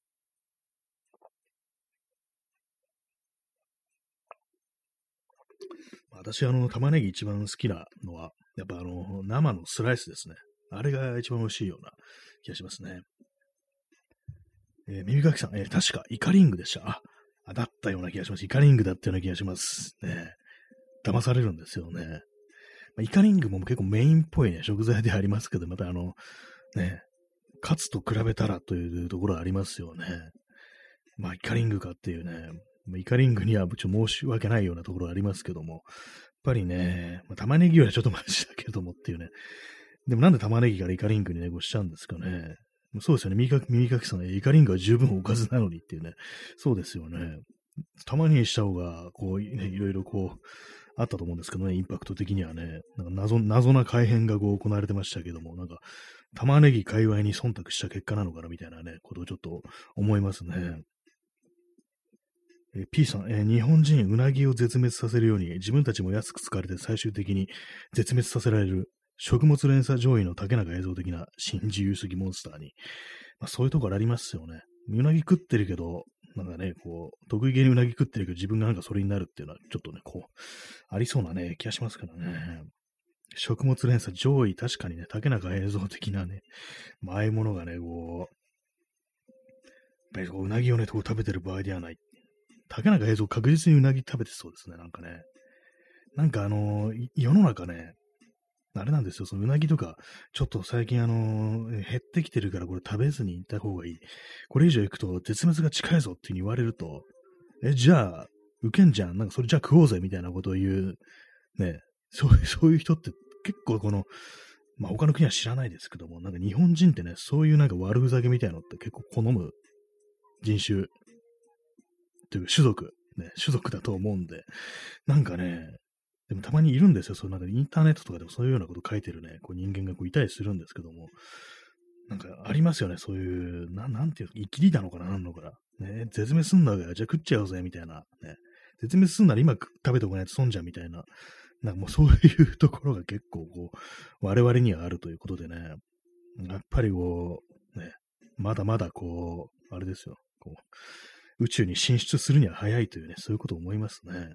私、あの、玉ねぎ一番好きなのは、やっぱあの、生のスライスですね。あれが一番美味しいような気がしますね。えー、耳かきさん、えー確かイカリングでした。あ、だったような気がします。イカリングだったような気がします。ね。騙されるんですよね。まあ、イカリングも結構メインっぽいね、食材でありますけど、またあの、ね、カツと比べたらというところはありますよね。まあ、イカリングかっていうね、イカリングにはちょっと申し訳ないようなところはありますけども、やっぱりね、まあ、玉ねぎよりはちょっとマシだけどもっていうね。でもなんで玉ねぎからイカリングにね、こうしちゃうんですかね。そうですよね。耳かき、耳かきさん、イカリングは十分おかずなのにっていうね。そうですよね。たまにした方が、こう、ね、いろいろこう、あったと思うんですけどね、インパクト的にはね。なんか謎、謎な改変がこう行われてましたけども、なんか、玉ねぎ界隈に忖度した結果なのかなみたいなね、ことをちょっと思いますね。えー P さん、えー日本人うなぎを絶滅させるように自分たちも安く使われて最終的に絶滅させられる食物連鎖上位の竹中映像的な新自由主義モンスターに、まあ、そういうところありますよね。うなぎ食ってるけど、なんかね、こう、得意げにうなぎ食ってるけど自分がなんかそれになるっていうのはちょっとね、こう、ありそうなね、気がしますからね。食物連鎖上位、確かにね、竹中映像的なね、まあああいうものがね、こう、やっぱりこううなぎをね、こう食べてる場合ではない。竹中映像確実にうなぎ食べてそうですね、なんかね。なんかあのー世の中ね、あれなんですよ、そのうなぎとか、ちょっと最近あのー減ってきてるからこれ食べずに行った方がいい。これ以上行くと絶滅が近いぞっていう風に言われると、え、じゃあ、受けんじゃん。なんかそれじゃあ食おうぜみたいなことを言う、ね、そういう、そういう人って結構この、まあ他の国は知らないですけども、なんか日本人ってね、そういうなんか悪ふざけみたいなのって結構好む人種という種族、ね、種族だと思うんで、なんかね、でもたまにいるんですよ。そうなんかインターネットとかでもそういうようなこと書いてるね、こう人間がこういたりするんですけども、なんかありますよね、そういう、ななんていう、生きりなのかな、なんのかな。ね、絶滅すんだが、じゃあ食っちゃおうぜ、みたいな。ね、絶滅すんなら今食べておかないと損じゃん、みたいな。なんかもうそういうところが結構こう、我々にはあるということでね、やっぱりこう、ね、まだまだこう、あれですよ、こう、宇宙に進出するには早いというね、そういうことを思いますね。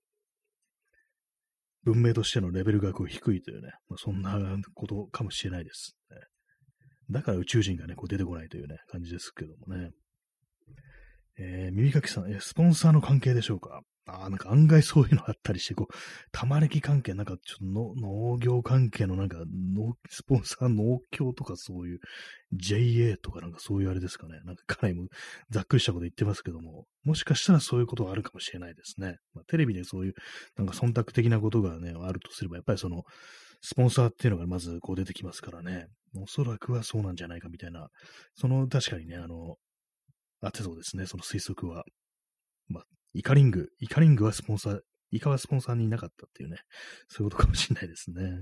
文明としてのレベルがこう低いというね、まあ、そんなことかもしれないです、ね。だから宇宙人がね、こう出てこないというね、感じですけどもね。 えー、耳かきさん、えースポンサーの関係でしょうか？ああ、なんか案外そういうのあったりして、こう、玉ねぎ関係、なんかちょっとの農業関係のなんか、農スポンサー農協とかそういう ジェイエー とかなんかそういうあれですかね。なんかかなりもざっくりしたこと言ってますけども、もしかしたらそういうことがあるかもしれないですね。まあ、テレビでそういうなんか忖度的なことがね、あるとすれば、やっぱりその、スポンサーっていうのがまずこう出てきますからね。おそらくはそうなんじゃないかみたいな、その確かにね、あの、あってそうですね、その推測は。まあ、イカリング、イカリングはスポンサー、イカはスポンサーにいなかったっていうね、そういうことかもしれないですね。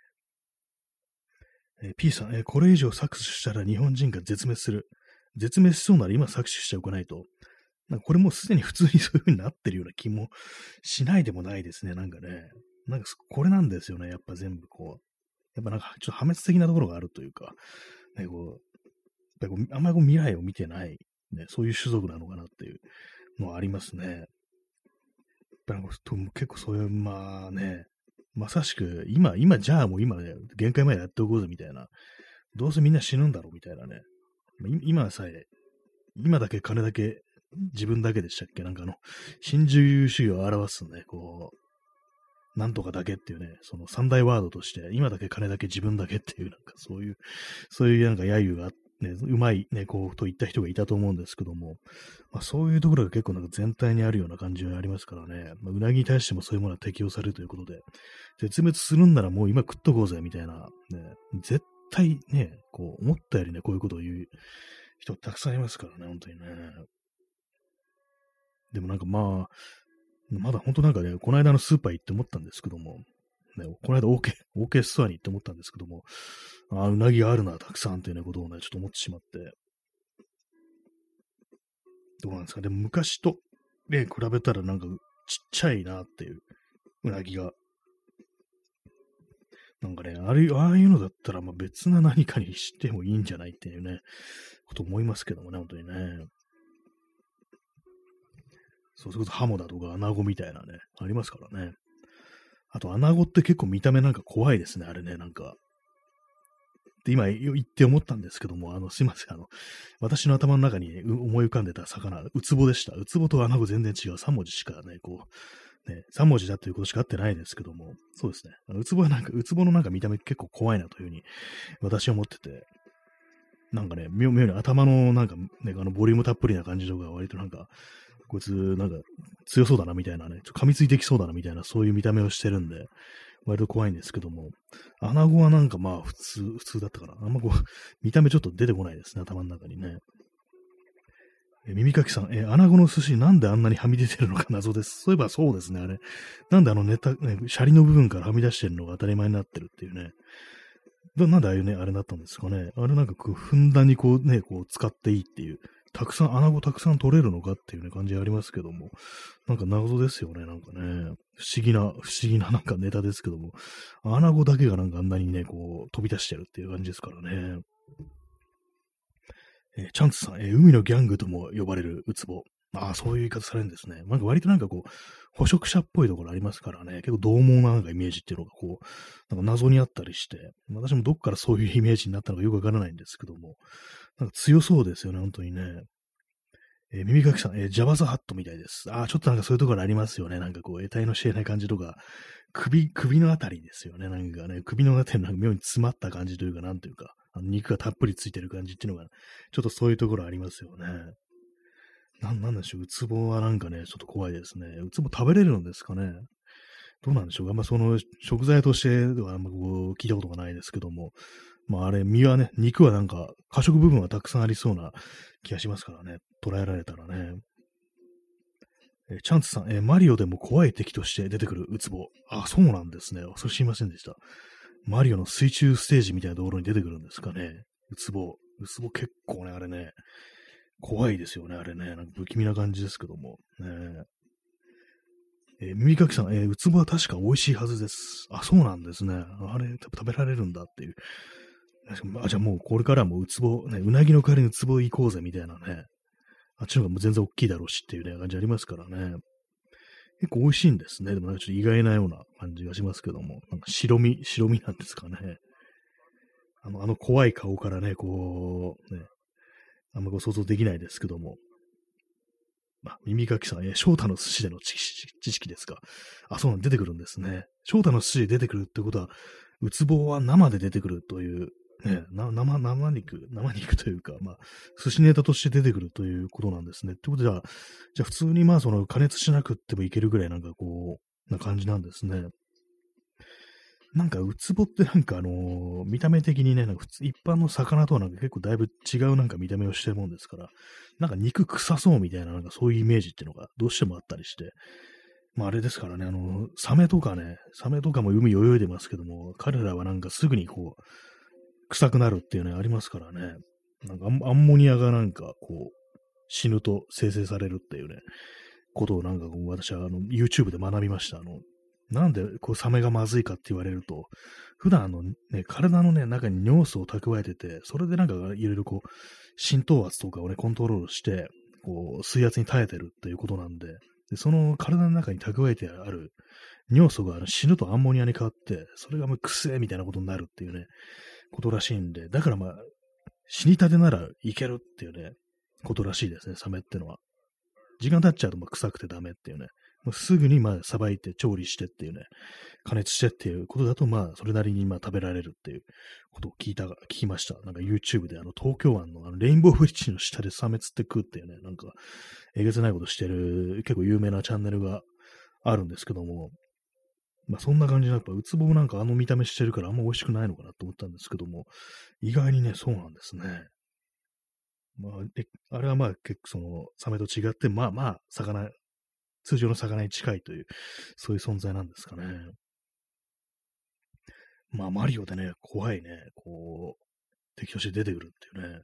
えー P さん、えーこれ以上搾取したら日本人が絶滅する。絶滅しそうなら今搾取しておかないと。なんかこれもうすでに普通にそういう風になってるような気もしないでもないですね、なんかね。なんかこれなんですよね、やっぱ全部こう。やっぱなんかちょっと破滅的なところがあるというか、ね、こう、やっぱりこうあんまりこう未来を見てない、ね、そういう種族なのかなっていうのはありますね。やっぱり結構そういう、まあね、まさしく、今、今、じゃあもう今ね、限界までやっておこうぜみたいな、どうせみんな死ぬんだろうみたいなね、今さえ、今だけ金だけ、自分だけでしたっけなんかあの、新自由主義を表すね、こう、なんとかだけっていうね、その三大ワードとして、今だけ金だけ自分だけっていう、なんかそういう、そういうなんか揶揄があって、ね、うまいね、こう、と言った人がいたと思うんですけども、まあ、そういうところが結構なんか全体にあるような感じがありますからね、まあ、うなぎに対してもそういうものは適用されるということで、絶滅するんならもう今食っとこうぜ、みたいな、ね、絶対ね、こう、思ったよりね、こういうことを言う人たくさんいますからね、本当にね。でもなんかまあ、まだ本当なんかね、この間のスーパー行って思ったんですけども、ね、この間 OK、OK ストアに行って思ったんですけども、ああ、うなぎがあるな、たくさんっていうね、ことをね、ちょっと思ってしまって、どうなんですか。でも昔と、ね、比べたらなんかちっちゃいなっていう、うなぎが。なんかね、あれ、ああいうのだったら、まあ別な何かにしてもいいんじゃないっていうね、こと思いますけどもね、本当にね。そうするとハモだとかアナゴみたいなね、ありますからね。あと、アナゴって結構見た目なんか怖いですね、あれね、なんか。で、今言って思ったんですけども、あの、すいません、あの、私の頭の中に、ね、思い浮かんでた魚、ウツボでした。ウツボとアナゴ全然違う。さん文字しかね、こう、ね、さん文字だということしか合ってないですけども、そうですね。ウツボはなんか、ウツボのなんか見た目結構怖いなというふうに私は思ってて、なんかね、妙に頭のなんか、ね、あの、ボリュームたっぷりな感じとか、割となんか、こいつ、なんか、強そうだなみたいなね、ちょっと噛みついてきそうだなみたいな、そういう見た目をしてるんで、割と怖いんですけども、アナゴはなんかまあ普通、普通だったかな。あんまこう、見た目ちょっと出てこないですね、頭の中にね。え耳かきさん、え、アナゴの寿司なんであんなにはみ出てるのか謎です。そういえばそうですね、あれ。なんであのネタ、ね、シャリの部分からはみ出してるのが当たり前になってるっていうね。ななんでああいうね、あれだったんですかね。あれなんかこう、ふんだんにこうね、こう使っていいっていう、たくさん、アナゴたくさん取れるのかっていうね、感じありますけども。なんか謎ですよね、なんかね。不思議な、不思議ななんかネタですけども。アナゴだけがなんかあんなにね、こう、飛び出してるっていう感じですからね。えーチャンツさん、えー海のギャングとも呼ばれるウツボ。ああ、そういう言い方されるんですね。なんか割となんかこう、捕食者っぽいところありますからね、結構獰猛ななんかイメージっていうのがこう、なんか謎にあったりして、私もどっからそういうイメージになったのかよくわからないんですけども、なんか強そうですよね、本当にね。えー耳かきさん、えージャバザハットみたいです。ああ、ちょっとなんかそういうところありますよね。なんかこう、得体の知れない感じとか、首、首のあたりですよね。なんかね、首のあたりのなんか妙に詰まった感じというか、なんというか、あの肉がたっぷりついてる感じっていうのが、ちょっとそういうところありますよね。なん、なんでしょう、ウツボはなんかね、ちょっと怖いですね。ウツボ食べれるんですかね。どうなんでしょうか。あんまその食材としてではあんまこう聞いたことがないですけども、まああれ、身はね、肉はなんか過食部分はたくさんありそうな気がしますからね。捉えられたらね。えーチャンツさん、えーマリオでも怖い敵として出てくるウツボ。あ、そうなんですね。それ知りませんでした。マリオの水中ステージみたいなところに出てくるんですかね。ウツボ。ウツボ結構ね、あれね、怖いですよね、あれね。なんか不気味な感じですけども。ねえー耳かきさん、えー、ウツボは確か美味しいはずです。あ、そうなんですね。あれ、食べられるんだっていう。あ、じゃあもうこれからはもうウツボ、ね、うなぎの代わりにウツボ行こうぜみたいなね。あっちの方がもう全然大きいだろうしっていうね、感じありますからね。結構美味しいんですね。でもなんかちょっと意外なような感じがしますけども。なんか白身、白身なんですかね。あの、あの怖い顔からね、こう、ね、あんまこう想像できないですけども。 あ、耳かきさん、えー、翔太の寿司での知識知識ですか。あ、そうなん、出てくるんですね。翔太の寿司で出てくるってことは、ウツボは生で出てくるという、ね、な生、生肉、生肉というか、まあ、寿司ネタとして出てくるということなんですね。ってことでは、じゃあ普通にまあ、その加熱しなくってもいけるぐらいなんかこう、な感じなんですね。なんか、ウツボってなんかあのー見た目的にね、なんか普通、一般の魚とはなんか結構だいぶ違うなんか見た目をしてるもんですから、なんか肉臭そうみたいな、なんかそういうイメージっていうのがどうしてもあったりして、まああれですからね、あのーサメとかね、サメとかも海泳いでますけども、彼らはなんかすぐにこう、臭くなるっていうね、ありますからね、なんかアンアンモニアがなんかこう、死ぬと生成されるっていうね、ことをなんかこう私はあの YouTube で学びました。あの、なんでこうサメがまずいかって言われると、普段あのね、体のね、中に尿素を蓄えてて、それでなんかいろいろこう、浸透圧とかをね、コントロールして、こう、水圧に耐えてるっていうことなんで、でその体の中に蓄えてある尿素があの死ぬとアンモニアに変わって、それがもうくせえみたいなことになるっていうね、ことらしいんで、だからまあ、死にたてならいけるっていうね、ことらしいですね、サメってのは。時間経っちゃうとまあ臭くてダメっていうね。もうすぐにまあさばいて調理してっていうね、加熱してっていうことだとまあそれなりにまあ食べられるっていうことを聞いた、聞きました。なんか YouTube であの東京湾のあのレインボーブリッジの下でサメ釣って食うっていうね、なんかえげつないことしてる結構有名なチャンネルがあるんですけども、まあそんな感じでやっぱウツボもなんかあの見た目してるからあんま美味しくないのかなと思ったんですけども、意外にね、そうなんですね。まあ、えあれはまあ結構そのサメと違って、まあまあ魚通常の魚に近いという、そういう存在なんですかね。まあ、マリオでね、怖いね、こう、敵として出てくるっていうね。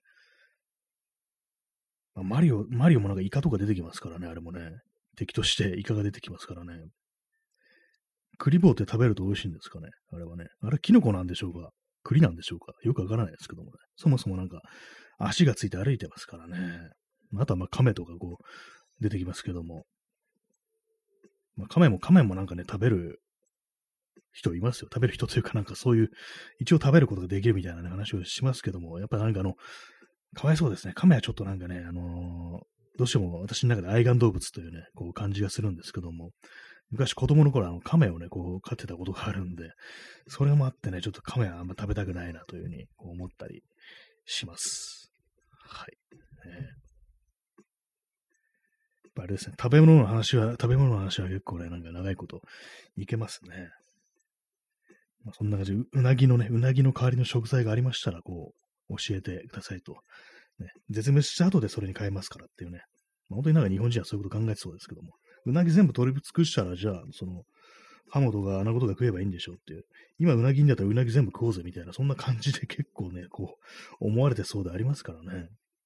まあ、マリオ、マリオもなんかイカとか出てきますからね、あれもね。敵としてイカが出てきますからね。クリボーって食べると美味しいんですかね、あれはね。あれ、キノコなんでしょうか、栗なんでしょうか、よくわからないですけどもね。そもそもなんか、足がついて歩いてますからね。あとはまあ、カメとかこう、出てきますけども。まあ、カメも、カメもなんかね、食べる人いますよ。食べる人というか、なんかそういう、一応食べることができるみたいな、ね、話をしますけども、やっぱなんかあの、かわいそうですね。亀はちょっとなんかね、あのーどうしても私の中で愛玩動物というね、こう感じがするんですけども、昔子供の頃あの亀をね、こう飼ってたことがあるんで、それもあってね、ちょっと亀はあんま食べたくないなというふうにこう思ったりします。はい。ね、やっぱあれですね、食べ物の話は、食べ物の話は結構ね、なんか長いこといけますね。まあ、そんな感じでう、うなぎのね、うなぎの代わりの食材がありましたら、こう、教えてくださいと。ね、絶滅した後でそれに変えますからっていうね。まあ、本当になんか日本人はそういうこと考えてそうですけども。うなぎ全部取り尽くしたら、じゃあ、その、ハモとかアナゴとか食えばいいんでしょうっていう。今うなぎにだったらうなぎ全部食おうぜみたいな、そんな感じで結構ね、こう、思われてそうでありますからね。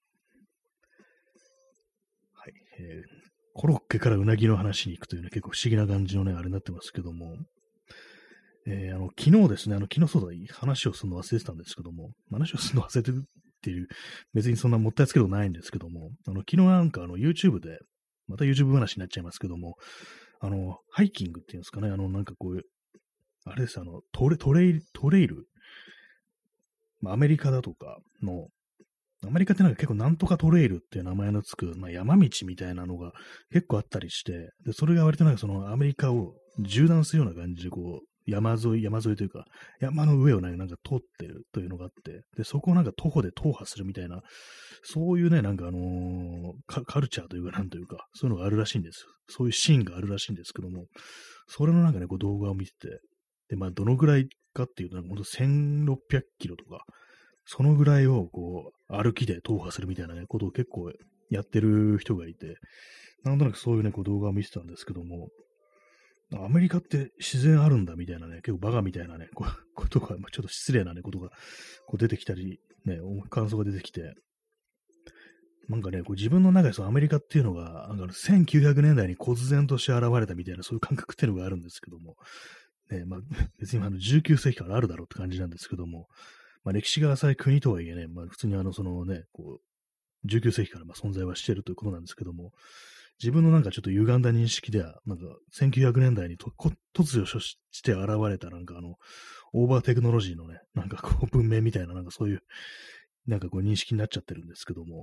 はい。えー、コロッケからうなぎの話に行くというね、結構不思議な感じのね、あれになってますけども。えー、あの、昨日ですね、あの、昨日そうだ、話をするの忘れてたんですけども、話をするの忘れてるっていう、別にそんなもったいつけることないんですけども、あの、昨日なんかあの、YouTube で、また YouTube 話になっちゃいますけども、あの、ハイキングっていうんですかね、あの、なんかこういう、あれです、あの、トレ、トレイル、トレイル、まあ、アメリカだとかの、アメリカってなんか結構なんとかトレイルっていう名前のつく、まあ、山道みたいなのが結構あったりして、で、それが割となんかそのアメリカを縦断するような感じでこう、山沿い、山沿いというか、山の上をね、なんか通ってるというのがあって、で、そこをなんか徒歩で踏破するみたいな、そういうね、なんかあのーカ、カルチャーというか、なんというか、そういうのがあるらしいんです。そういうシーンがあるらしいんですけども、それのなんかね、こう動画を見てて、で、まあ、どのぐらいかっていうと、なんかほんとせんろっぴゃくキロとか、そのぐらいをこう、歩きで踏破するみたいなね、ことを結構やってる人がいて、なんとなくそういうね、こう動画を見てたんですけども、アメリカって自然あるんだみたいなね、結構バカみたいなね、こうことが、まあ、ちょっと失礼なね、ことがこう出てきたり、ね、感想が出てきて、なんかね、こう自分の中でそのアメリカっていうのが、なんかせんきゅうひゃくねんだいに忽然として現れたみたいな、そういう感覚っていうのがあるんですけども、ね、まあ、別にあのじゅうきゅうせいきからあるだろうって感じなんですけども、まあ、歴史が浅い国とはいえね、まあ、普通にあの、そのね、こう、じゅうきゅうせいきからまあ存在はしているということなんですけども、自分のなんかちょっと歪んだ認識では、なんかせんきゅうひゃくねんだいにとこ突如して現れたなんかあの、オーバーテクノロジーのね、なんかこう文明みたいななんかそういう、なんかこう認識になっちゃってるんですけども、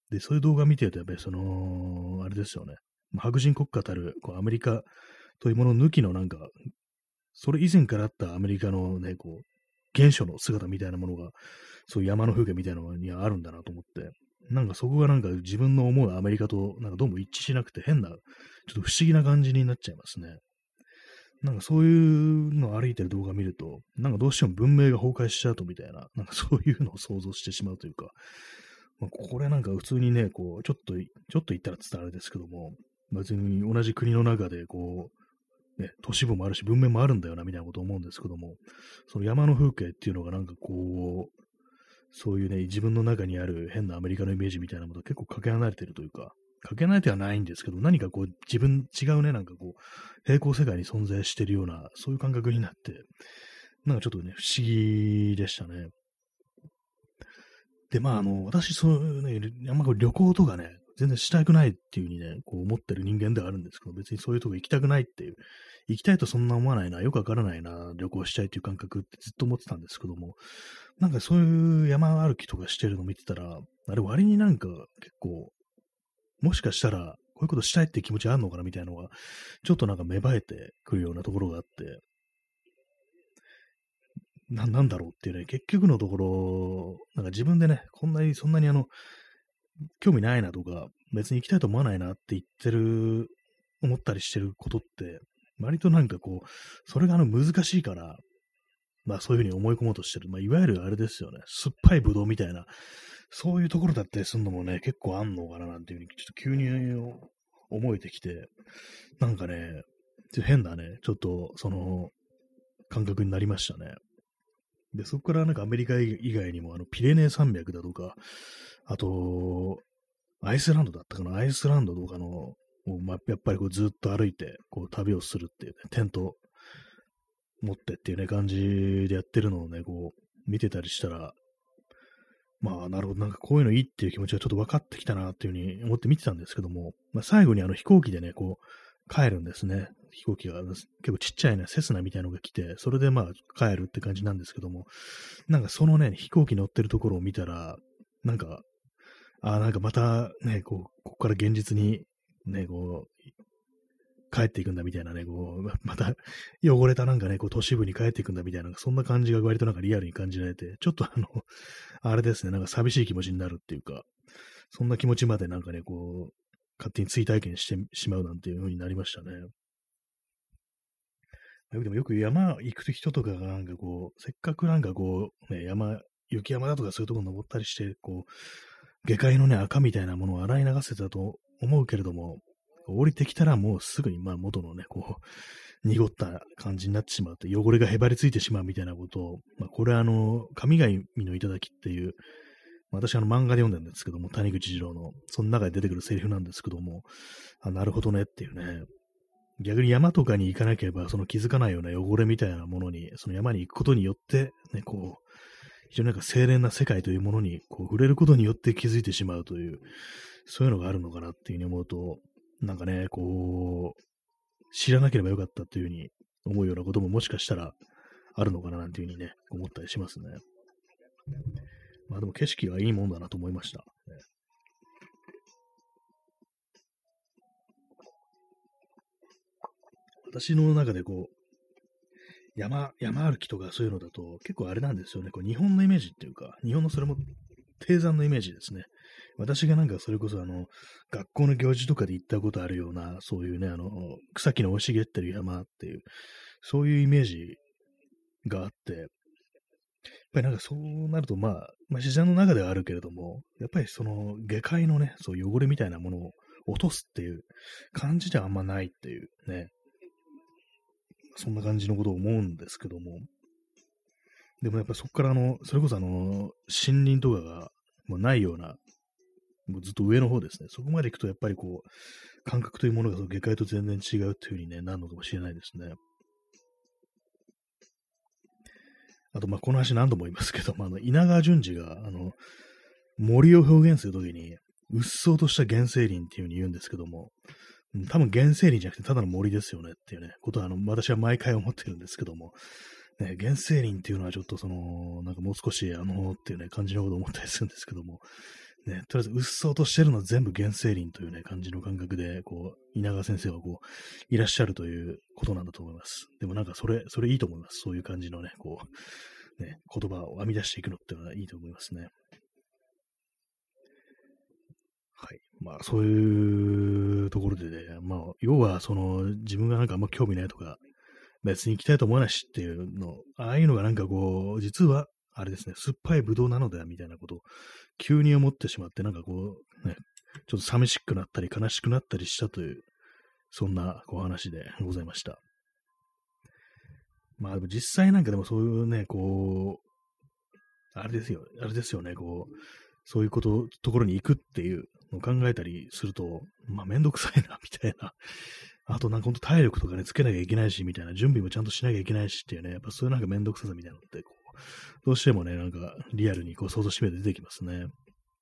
で、そういう動画見てると、やっぱりその、あれですよね。まあ白人国家たる、こう、アメリカというもの抜きのなんか、それ以前からあったアメリカのね、こう、原初の姿みたいなものが、そういう山の風景みたいなのにはあるんだなと思って、なんかそこがなんか自分の思うアメリカとなんかどうも一致しなくて変な、ちょっと不思議な感じになっちゃいますね。なんかそういうのを歩いてる動画を見ると、なんかどうしても文明が崩壊しちゃうとみたいな、なんかそういうのを想像してしまうというか、まあ、これなんか普通にね、こう、ちょっと、ちょっと言ったら伝わるんですけども、別に同じ国の中でこう、ね、都市部もあるし文明もあるんだよなみたいなことを思うんですけども、その山の風景っていうのがなんかこう、そういうね、自分の中にある変なアメリカのイメージみたいなものと結構かけ離れてるというか、かけ離れてはないんですけど、何かこう自分違うね、なんかこう、平行世界に存在してるような、そういう感覚になって、なんかちょっとね、不思議でしたね。で、まあ、あの、私、そういうね、あんまこう旅行とかね、全然したくないっていう風にね、こう思ってる人間ではあるんですけど、別にそういうとこ行きたくないっていう、行きたいとそんな思わないな、よくわからないな、旅行したいっていう感覚ってずっと思ってたんですけども、なんかそういう山歩きとかしてるの見てたら、あれ割になんか結構、もしかしたら、こういうことしたいって気持ちあるのかなみたいなのが、ちょっとなんか芽生えてくるようなところがあって、な、なんだろうっていうね、結局のところ、なんか自分でね、こんなに、そんなにあの、興味ないなとか、別に行きたいと思わないなって言ってる、思ったりしてることって、割となんかこう、それがあの難しいから、まあそういうふうに思い込もうとしてる。まあいわゆるあれですよね。酸っぱいブドウみたいな、そういうところだったりするのもね、結構あんのかななんていうふうに、ちょっと急に思えてきて、なんかね、ちょっと変なね、ちょっとその感覚になりましたね。で、そこからなんかアメリカ以外にも、あの、ピレネー山脈だとか、あと、アイスランドだったかな、アイスランドとかの、もうまやっぱりこうずっと歩いて、こう旅をするっていうね、テント持ってっていうね、感じでやってるのをね、こう、見てたりしたら、まあ、なるほど、なんかこういうのいいっていう気持ちがちょっと分かってきたなっていうふうに思って見てたんですけども、まあ、最後にあの飛行機でね、こう、帰るんですね。飛行機が結構ちっちゃいね、セスナみたいなのが来て、それでまあ帰るって感じなんですけども、なんかそのね、飛行機乗ってるところを見たら、なんか、ああ、なんかまたね、こう、ここから現実にね、こう、帰っていくんだみたいなね、こう、また汚れたなんかね、こう都市部に帰っていくんだみたいな、そんな感じが割となんかリアルに感じられて、ちょっとあの、あれですね、なんか寂しい気持ちになるっていうか、そんな気持ちまでなんかね、こう、勝手に追体験してしまうなんていう風になりましたね。でもよく山行く人とかがなんかこう、せっかくなんかこう、ね、山、雪山だとかそういうところ登ったりして、こう、下界のね、赤みたいなものを洗い流せたと思うけれども、降りてきたらもうすぐに、まあ元のね、こう、濁った感じになってしまうと、汚れがへばりついてしまうみたいなことを、まあこれはあの、神々の頂きっていう、私あの漫画で読んだんですけども、谷口二郎の、その中で出てくるセリフなんですけども、あ、なるほどねっていうね、逆に山とかに行かなければ、その気づかないような汚れみたいなものに、その山に行くことによって、ね、こう、非常になんか清廉な世界というものにこう触れることによって気づいてしまうという、そういうのがあるのかなっていうふうに思うと、なんかね、こう、知らなければよかったっていうふうに思うようなことももしかしたらあるのかななんていうふうにね、思ったりしますね。まあでも景色がいいもんだなと思いました。ね、私の中でこう、山、山歩きとかそういうのだと結構あれなんですよね。こう日本のイメージっていうか、日本のそれも低山のイメージですね。私がなんかそれこそあの、学校の行事とかで行ったことあるような、そういうね、あの、草木の生い茂ってる山っていう、そういうイメージがあって、やっぱりなんかそうなると、まあ、まあ、自然の中ではあるけれども、やっぱりその下界のね、そう汚れみたいなものを落とすっていう感じではあんまないっていうね、そんな感じのことを思うんですけども、でもやっぱそこからあの、それこそあの、森林とかがもうないような、もうずっと上の方ですね。そこまで行くとやっぱりこう、感覚というものがその下界と全然違うっていう風にね、なるのかもしれないですね。あと、まあ、この話何度も言いますけど、まあ、あの稲川淳二が、あの、森を表現するときに、うっそうとした原生林っていう風に言うんですけども、うん、多分原生林じゃなくてただの森ですよねっていうね、ことはあの、私は毎回思ってるんですけども、ね、原生林っていうのはちょっとその、なんかもう少しあの、っていうね、感じのことを思ったりするんですけども、 ね、とりあえず、うっそうとしてるの全部原生林というね、感じの感覚で、こう、稲川先生はこう、いらっしゃるということなんだと思います。でもなんかそれ、それいいと思います。そういう感じのね、こう、ね、言葉を編み出していくのっていうのはいいと思いますね。はい。まあ、そういうところでね、まあ、要は、その、自分がなんかあんま興味ないとか、別に行きたいと思わないしっていうの、ああいうのがなんかこう、実は、あれですね、酸っぱいブドウなのではみたいなことを急に思ってしまって、なんかこう、ね、ちょっと寂しくなったり悲しくなったりしたという、そんなお話でございました。まあでも実際なんかでもそういうね、こう、あれですよ、あれですよね、こう、そういうこと、ところに行くっていうのを考えたりすると、まあめんどくさいな、みたいな。あとなんかほんと体力とかね、つけなきゃいけないし、みたいな、準備もちゃんとしなきゃいけないしっていうね、やっぱそういうなんかめんどくささみたいなのって、こう、どうしてもね、なんかリアルにこう想像しめて出てきますね。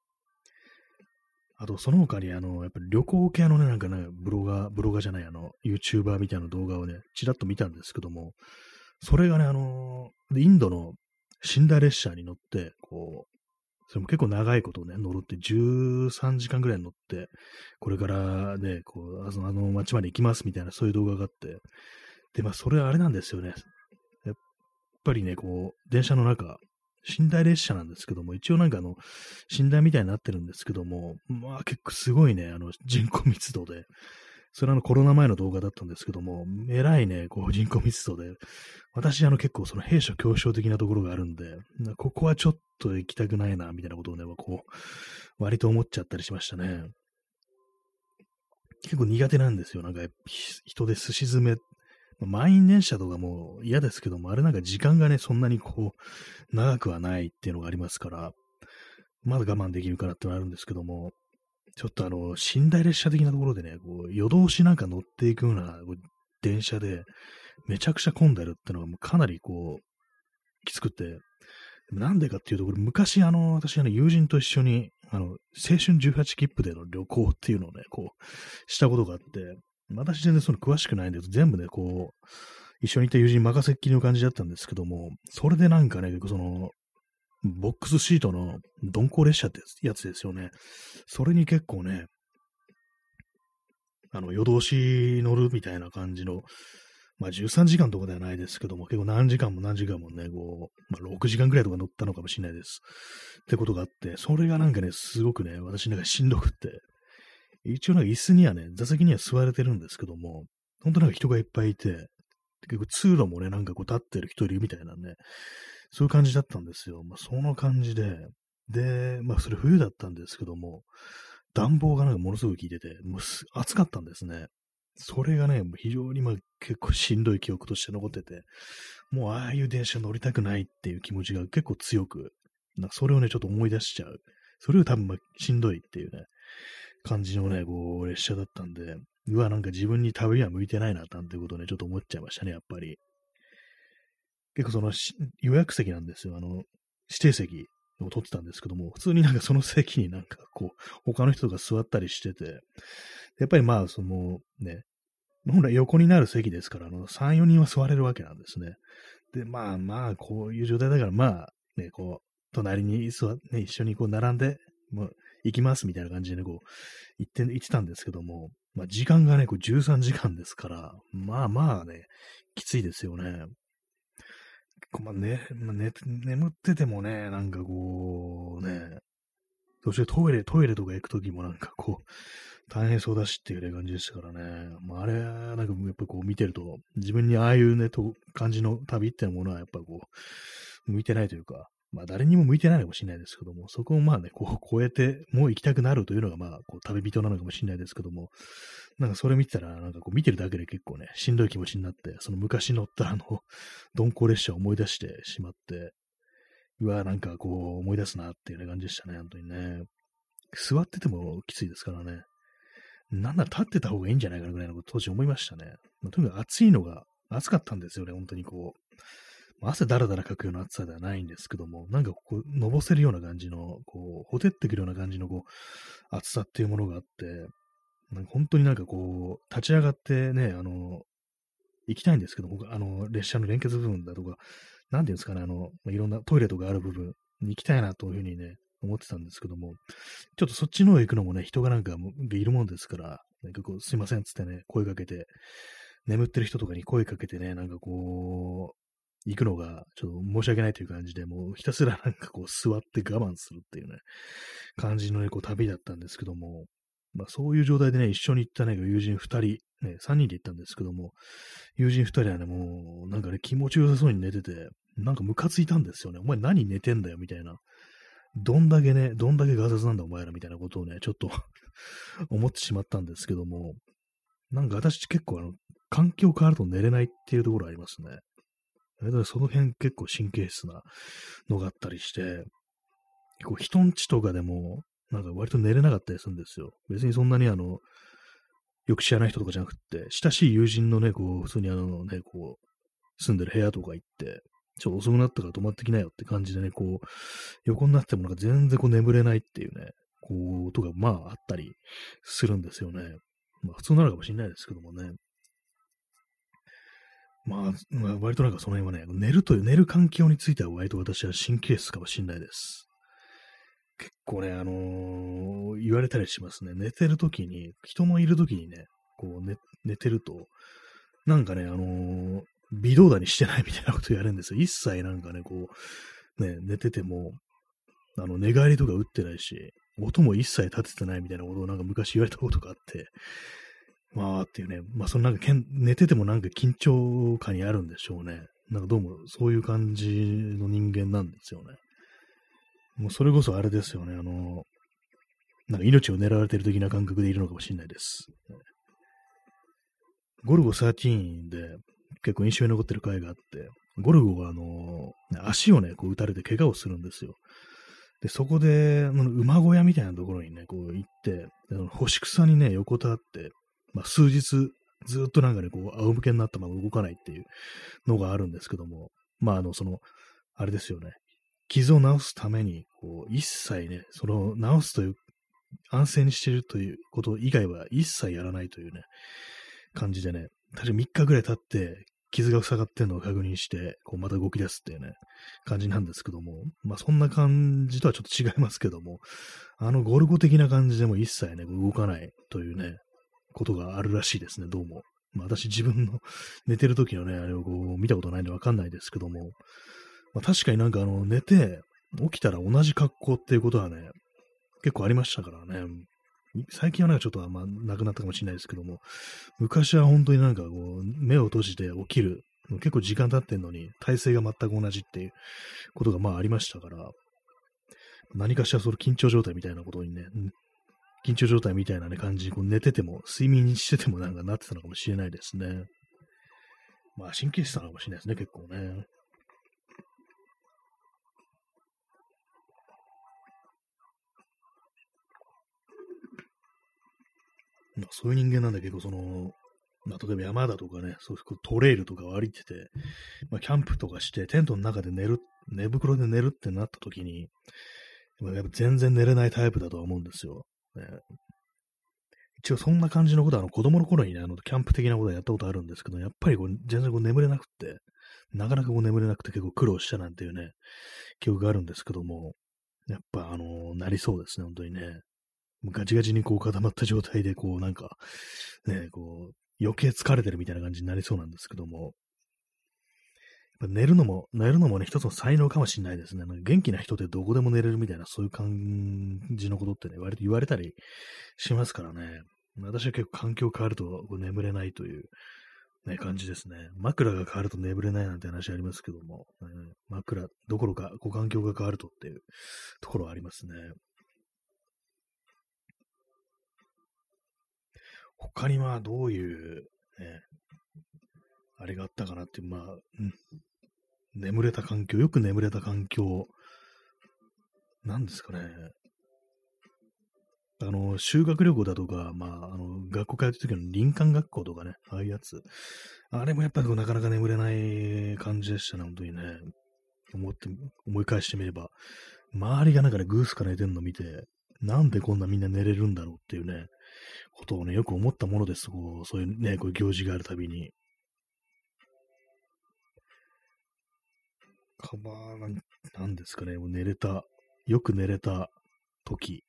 あと、その他に、あの、やっぱり旅行系のね、なんかね、ブロガー、ブロガーじゃない、あの、YouTuber みたいな動画をね、ちらっと見たんですけども、それがね、あの、インドの寝台列車に乗って、こう、それも結構長いことね、乗るってじゅうさんじかんぐらい乗って、これからね、こう、あの、あの街まで行きますみたいな、そういう動画があって、で、まあ、それはあれなんですよね。やっぱりね、こう、電車の中、寝台列車なんですけども、一応なんかあの、寝台みたいになってるんですけども、まあ結構すごいね、あの、人口密度で、それはあのコロナ前の動画だったんですけども、えらいね、こう人口密度で、私あの結構その兵所恐怖症的なところがあるんで、ここはちょっと行きたくないな、みたいなことをね、こう、割と思っちゃったりしましたね。結構苦手なんですよ。なんか、人で寿司詰め、満員電車とかも嫌ですけども、あれなんか時間がね、そんなにこう、長くはないっていうのがありますから、まだ我慢できるからってのはあるんですけども、ちょっとあの、寝台列車的なところでね、こう、夜通しなんか乗っていくようなこう電車で、めちゃくちゃ混んでるってのがもうかなりこう、きつくて、なんでかっていうと、これ昔あの、私あの友人と一緒に、あの、青春じゅうはち切符での旅行っていうのをね、こう、したことがあって、私全然その詳しくないんで、全部ね、こう、一緒にいた友人任せっきりの感じだったんですけども、それでなんかね、その、ボックスシートの鈍行列車ってやつですよね。それに結構ね、あの、夜通し乗るみたいな感じの、まあじゅうさんじかんとかではないですけども、結構何時間も何時間もね、こう、まあろくじかんくらいとか乗ったのかもしれないです。ってことがあって、それがなんかね、すごくね、私なんかしんどくって、一応なんか椅子にはね、座席には座れてるんですけども、本当なんか人がいっぱいいて、結構通路もね、なんかこう立ってる人いるみたいなね、そういう感じだったんですよ。まあその感じで、で、まあそれ冬だったんですけども、暖房がなんかものすごい効いてて、もうす暑かったんですね。それがね、もう非常にまあ結構しんどい記憶として残ってて、もうああいう電車乗りたくないっていう気持ちが結構強く、なんかそれをね、ちょっと思い出しちゃう。それを多分まあしんどいっていうね、感じのね、こう、列車だったんで、うわ、なんか自分に旅は向いてないな、なんてことをね、ちょっと思っちゃいましたね、やっぱり。結構そのし予約席なんですよ。あの、指定席を取ってたんですけども、普通になんかその席になんかこう、他の人が座ったりしてて、やっぱりまあ、そのね、本来横になる席ですから、あの、さん、よにんは座れるわけなんですね。で、まあまあ、こういう状態だから、まあ、ね、こう、隣に座って、ね、一緒にこう並んで、もう、行きますみたいな感じでね、こう、言って、言ってたんですけども、まあ、時間がね、こうじゅうさんじかんですから、まあまあね、きついですよね。こうまあね、まあ、寝て、眠っててもね、なんかこう、ね、そしてトイレ、トイレとか行くときもなんかこう、大変そうだしっていうね感じでしたからね。まあ、あれ、なんかやっぱこう見てると、自分にああいうね、と感じの旅っていうものはやっぱこう、向いてないというか、まあ誰にも向いてないのかもしれないですけども、そこをまあね、こう超えて、もう行きたくなるというのがまあ、こう旅人なのかもしれないですけども、なんかそれ見てたら、なんかこう見てるだけで結構ね、しんどい気持ちになって、その昔乗ったあの、鈍行列車を思い出してしまって、うわ、なんかこう思い出すなっていうね感じでしたね、本当にね。座っててもきついですからね。なんなら立ってた方がいいんじゃないかなぐらいのこと当時思いましたね。まあ、とにかく暑いのが、暑かったんですよね、本当にこう。汗だらだらかくような暑さではないんですけども、なんかこう、のぼせるような感じの、こう、ほてってくるような感じのこう、暑さっていうものがあって、なんか本当になんかこう、立ち上がってね、あの、行きたいんですけども、あの、列車の連結部分だとか、なんていうんですかね、あの、まあ、いろんなトイレとかある部分に行きたいなというふうにね、 思ってたんですけども、ちょっとそっちの方へ行くのもね、人がなんかもいるもんですから、なんかこう、すいませんっつってね、声かけて、眠ってる人とかに声かけてね、なんかこう、行くのがちょっと申し訳ないという感じで、もうひたすらなんかこう座って我慢するっていうね、感じのね、こう旅だったんですけども、まあそういう状態でね、一緒に行ったね、友人二人、ね、三人で行ったんですけども、友人二人はね、もうなんかね、気持ちよさそうに寝てて、なんかムカついたんですよね。お前何寝てんだよみたいな。どんだけね、どんだけガサツなんだお前らみたいなことをね、ちょっと思ってしまったんですけども、なんか私結構あの、環境変わると寝れないっていうところありますね。だからその辺結構神経質なのがあったりして、結構人んちとかでも、なんか割と寝れなかったりするんですよ。別にそんなにあの、よく知らない人とかじゃなくて、親しい友人のね、こう、普通にあのね、こう、住んでる部屋とか行って、ちょっと遅くなったから泊まってきなよって感じでね、こう、横になってもなんか全然こう眠れないっていうね、こう、とか、まああったりするんですよね。まあ普通なのかもしれないですけどもね。まあ、まあ、割となんかその辺はね、寝るという、寝る環境については割と私は神経質かもしれないです。結構ね、あのー言われたりしますね。寝てるときに、人のいるときにね、こう寝、寝てると、なんかね、あのー微動だにしてないみたいなこと言われるんですよ。一切なんかね、こう、ね、寝てても、あの、寝返りとか打ってないし、音も一切立ててないみたいなことをなんか昔言われたことがあって、まあっていうね、まあそのなんかけん寝ててもなんか緊張感にあるんでしょうね。なんかどうもそういう感じの人間なんですよね。もうそれこそあれですよね、あの、なんか命を狙われてる的な感覚でいるのかもしれないです。ゴルゴじゅうさんで結構印象に残ってる回があって、ゴルゴがあの、足をね、こう打たれて怪我をするんですよ。で、そこで、あの馬小屋みたいなところにね、こう行って、あの干し草にね、横たわって、まあ、数日、ずっとなんかね、こう、仰向けになったまま動かないっていうのがあるんですけども、まあ、あの、その、あれですよね。傷を治すために、こう、一切ね、その、治すという、安静にしているということ以外は一切やらないというね、感じでね、確かみっかぐらい経って、傷が塞がってんのを確認して、こうまた動き出すっていうね、感じなんですけども、まあそんな感じとはちょっと違いますけども、あのゴルゴ的な感じでも一切ね、動かないというね、ことがあるらしいですね、どうも。まあ私自分の寝てる時のね、あれをこう見たことないんでわかんないですけども、まあ確かになんかあの寝て起きたら同じ格好っていうことはね、結構ありましたからね。最近はなんかちょっとあんまなくなったかもしれないですけども、昔は本当になんかこう、目を閉じて起きる。結構時間経ってんのに、体勢が全く同じっていうことがまあありましたから、何かしらその緊張状態みたいなことにね、緊張状態みたいな、ね、感じにこう寝てても、睡眠しててもなんかなってたのかもしれないですね。まあ神経質なのかもしれないですね、結構ね。まあ、そういう人間なんだけど、その、まあ、例えば山だとかね、そういうトレイルとかを歩いてて、まあ、キャンプとかして、テントの中で寝る、寝袋で寝るってなった時に、やっぱ全然寝れないタイプだとは思うんですよ。ね、一応そんな感じのことは、あの子供の頃にね、あのキャンプ的なことはやったことあるんですけど、やっぱりこう全然こう眠れなくって、なかなかこう眠れなくて結構苦労したなんていうね、記憶があるんですけども、やっぱあのーなりそうですね、本当にね。もうガチガチにこう固まった状態で、こうなんか、ね、こう、余計疲れてるみたいな感じになりそうなんですけども、やっぱ寝るのも、寝るのもね、一つの才能かもしれないですね。なんか元気な人ってどこでも寝れるみたいな、そういう感じのことってね、割と言われたりしますからね。私は結構環境変わるとこう眠れないという、ね、感じですね。枕が変わると眠れないなんて話ありますけども、ね、枕どころか、こう環境が変わるとっていうところはありますね。他にはどういう、ね、あれがあったかなっていう、まあ、うん、眠れた環境、よく眠れた環境、なんですかね。あの、修学旅行だとか、まあ、あの、学校通ってる時の林間学校とかね、ああいうやつ。あれもやっぱりなかなか眠れない感じでしたね、本当にね。思って、思い返してみれば。周りがなんかね、グースか寝てんの見て、なんでこんなみんな寝れるんだろうっていうね、ことをね、よく思ったものです。こう、そういうね、こういう行事があるたびに。カバーなん、なんですかね、もう寝れた。 よく寝れた時、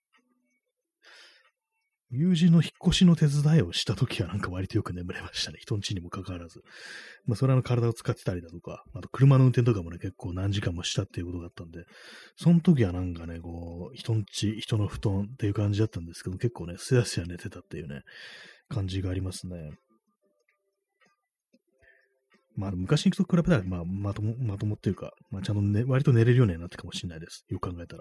友人の引っ越しの手伝いをした時はなんか割とよく眠れましたね。人ん家にもかかわらず。まあ、それはあの体を使ってたりだとか、あと車の運転とかもね、結構何時間もしたっていうことがあったんで、その時はなんかね、こう、人ん家、人の布団っていう感じだったんですけど、結構ね、すやすや寝てたっていうね、感じがありますね。まあ、昔にと比べたら、まあ、まとも、まともっていうか、まあ、ちゃんとね、割と寝れるようにはなったかもしれないです。よく考えたら。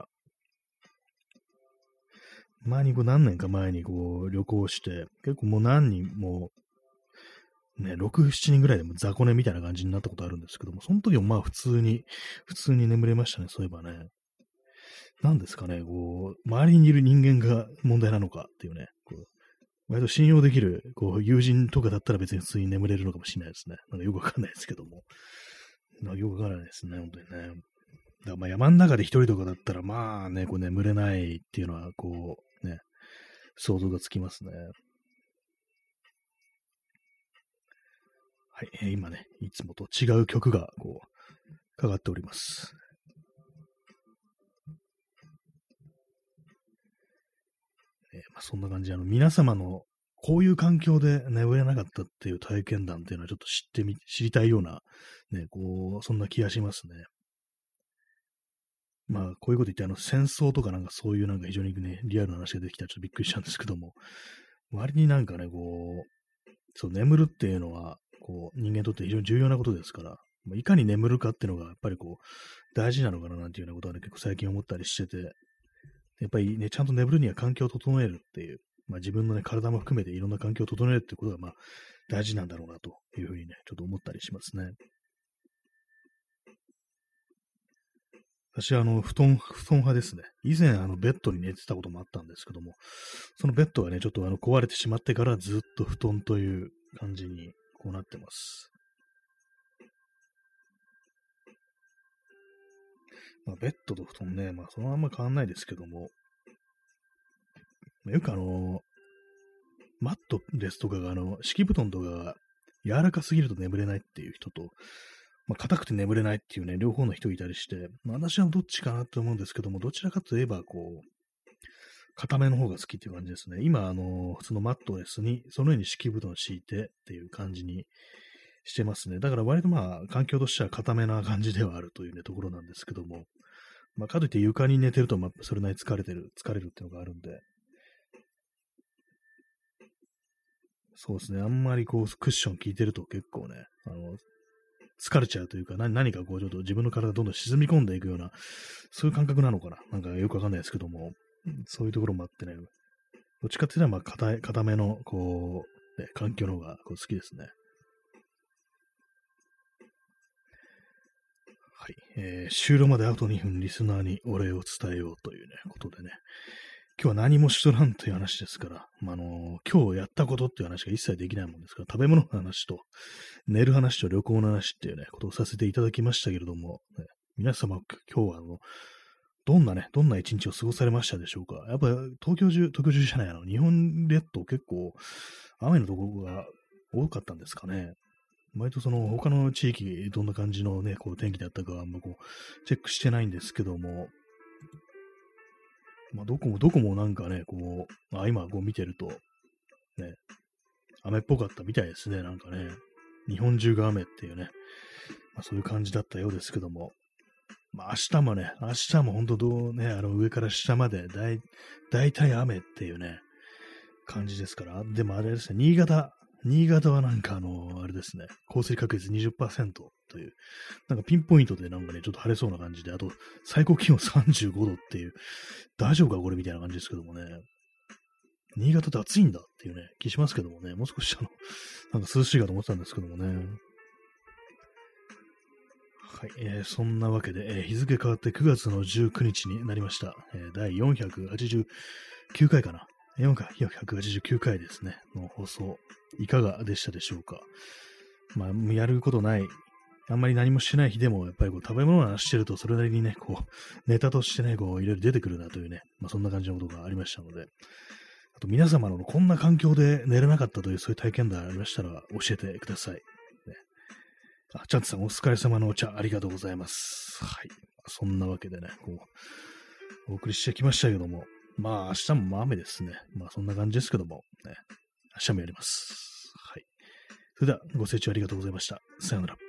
前にこう何年か前にこう旅行して、結構もう何人も、ね、ろく、しちにんぐらいでも雑魚寝みたいな感じになったことあるんですけども、その時もまあ普通に、普通に眠れましたね、そういえばね。なんですかね、こう、周りにいる人間が問題なのかっていうね、こう割と信用できる、こう、友人とかだったら別に普通に眠れるのかもしれないですね。なんかよくわかんないですけども。なんかよくわからないですね、本当にね。だからまあ山の中で一人とかだったら、まあね、こう眠れないっていうのは、こう、ね、想像がつきますね。はい、えー今ね、いつもと違う曲が、こう、かかっております。えーまあ、そんな感じで、あの、皆様のこういう環境で眠れなかったっていう体験談っていうのはちょっと知ってみ、知りたいような、ね、こう、そんな気がしますね。まあ、こういうこと言って、あの、戦争とかなんかそういうなんか非常にね、リアルな話ができたらちょっとびっくりしたんですけども、割になんかね、こう、そう、眠るっていうのは、こう、人間にとって非常に重要なことですから、まあいかに眠るかっていうのが、やっぱりこう、大事なのかななんていうようなことはね、結構最近思ったりしてて、やっぱりね、ちゃんと眠るには環境を整えるっていう、まあ自分のね、体も含めていろんな環境を整えるっていうことが、まあ、大事なんだろうなというふうにね、ちょっと思ったりしますね。私はあの、布団、布団派ですね。以前あの、ベッドに寝てたこともあったんですけども、そのベッドがね、ちょっとあの、壊れてしまってからずっと布団という感じにこうなってます。まあ、ベッドと布団ね、まあ、そのまんま変わんないですけども、まあよくあの、マットレスとかが、あの、敷布団とかが柔らかすぎると眠れないっていう人と、まあ、硬くて眠れないっていうね、両方の人いたりして、まあ、私はどっちかなと思うんですけども、どちらかといえば、こう、硬めの方が好きっていう感じですね。今、あの、普通のマットレスに、その上に敷布団を敷いてっていう感じにしてますね。だから割とまあ、環境としては硬めな感じではあるというね、ところなんですけども、まあ、かといって床に寝てると、まあ、それなりに疲れてる、疲れるっていうのがあるんで、そうですね。あんまりこう、クッション効いてると結構ね、あの、疲れちゃうというか、何何かこう、ちょっと自分の体がどんどん沈み込んでいくような、そういう感覚なのかな。なんかよくわかんないですけども、そういうところもあってね、どっちかっていうと、まあ、硬い、硬めの、こう、ね、環境の方がこう好きですね。はい。えー、終了まであとにふん、リスナーにお礼を伝えようというね、ことでね、今日は何もしとらんという話ですから、まあ、あのー今日やったことっていう話が一切できないもんですから、食べ物の話と、寝る話と旅行の話っていうね、ことをさせていただきましたけれども、ね、皆様、今日はあの、どんなね、どんな一日を過ごされましたでしょうか。やっぱ東京中、東京中じゃない、あの、日本列島結構雨のところが多かったんですかね。割とその他の地域、どんな感じのね、こう天気だったかはあんまこう、チェックしてないんですけども、まあ、どこもどこもなんかね、こう、あ、今こう見てると、ね、雨っぽかったみたいですね、なんかね。日本中が雨っていうね、まあ、そういう感じだったようですけども、まあ、明日もね、明日も本当どうね、あの上から下までだい、大体雨っていうね、感じですから、でもあれですね、新潟、新潟はなんかあの、あれですね、降水確率にじゅっパーセントという、なんかピンポイントでなんかね、ちょっと晴れそうな感じで、あと最高気温さんじゅうごどっていう、大丈夫かこれみたいな感じですけどもね、新潟って暑いんだっていうね、気しますけどもね、もう少しあの、なんか涼しいかと思ってたんですけどもね。はい、えーそんなわけで、えー日付変わってくがつのじゅうくにちになりました。えーだいよんひゃくはちじゅうきゅうかいかな。よんひゃくはちじゅうきゅうかいですね、の放送。いかがでしたでしょうか。まあ、やることない、あんまり何もしてない日でも、やっぱりこう食べ物の話してると、それなりにね、こう、ネタとしてね、こう、いろいろ出てくるなというね、まあ、そんな感じのことがありましたので、あと皆様のこんな環境で寝れなかったという、そういう体験談ありましたら教えてください。ね、あ、チャンツさんお疲れ様のお茶ありがとうございます。はい。そんなわけでね、こう、 お送りしてきましたけども、まあ明日もまあ雨ですね。まあそんな感じですけども、ね、明日もやります。はい。それではご清聴ありがとうございました。さようなら。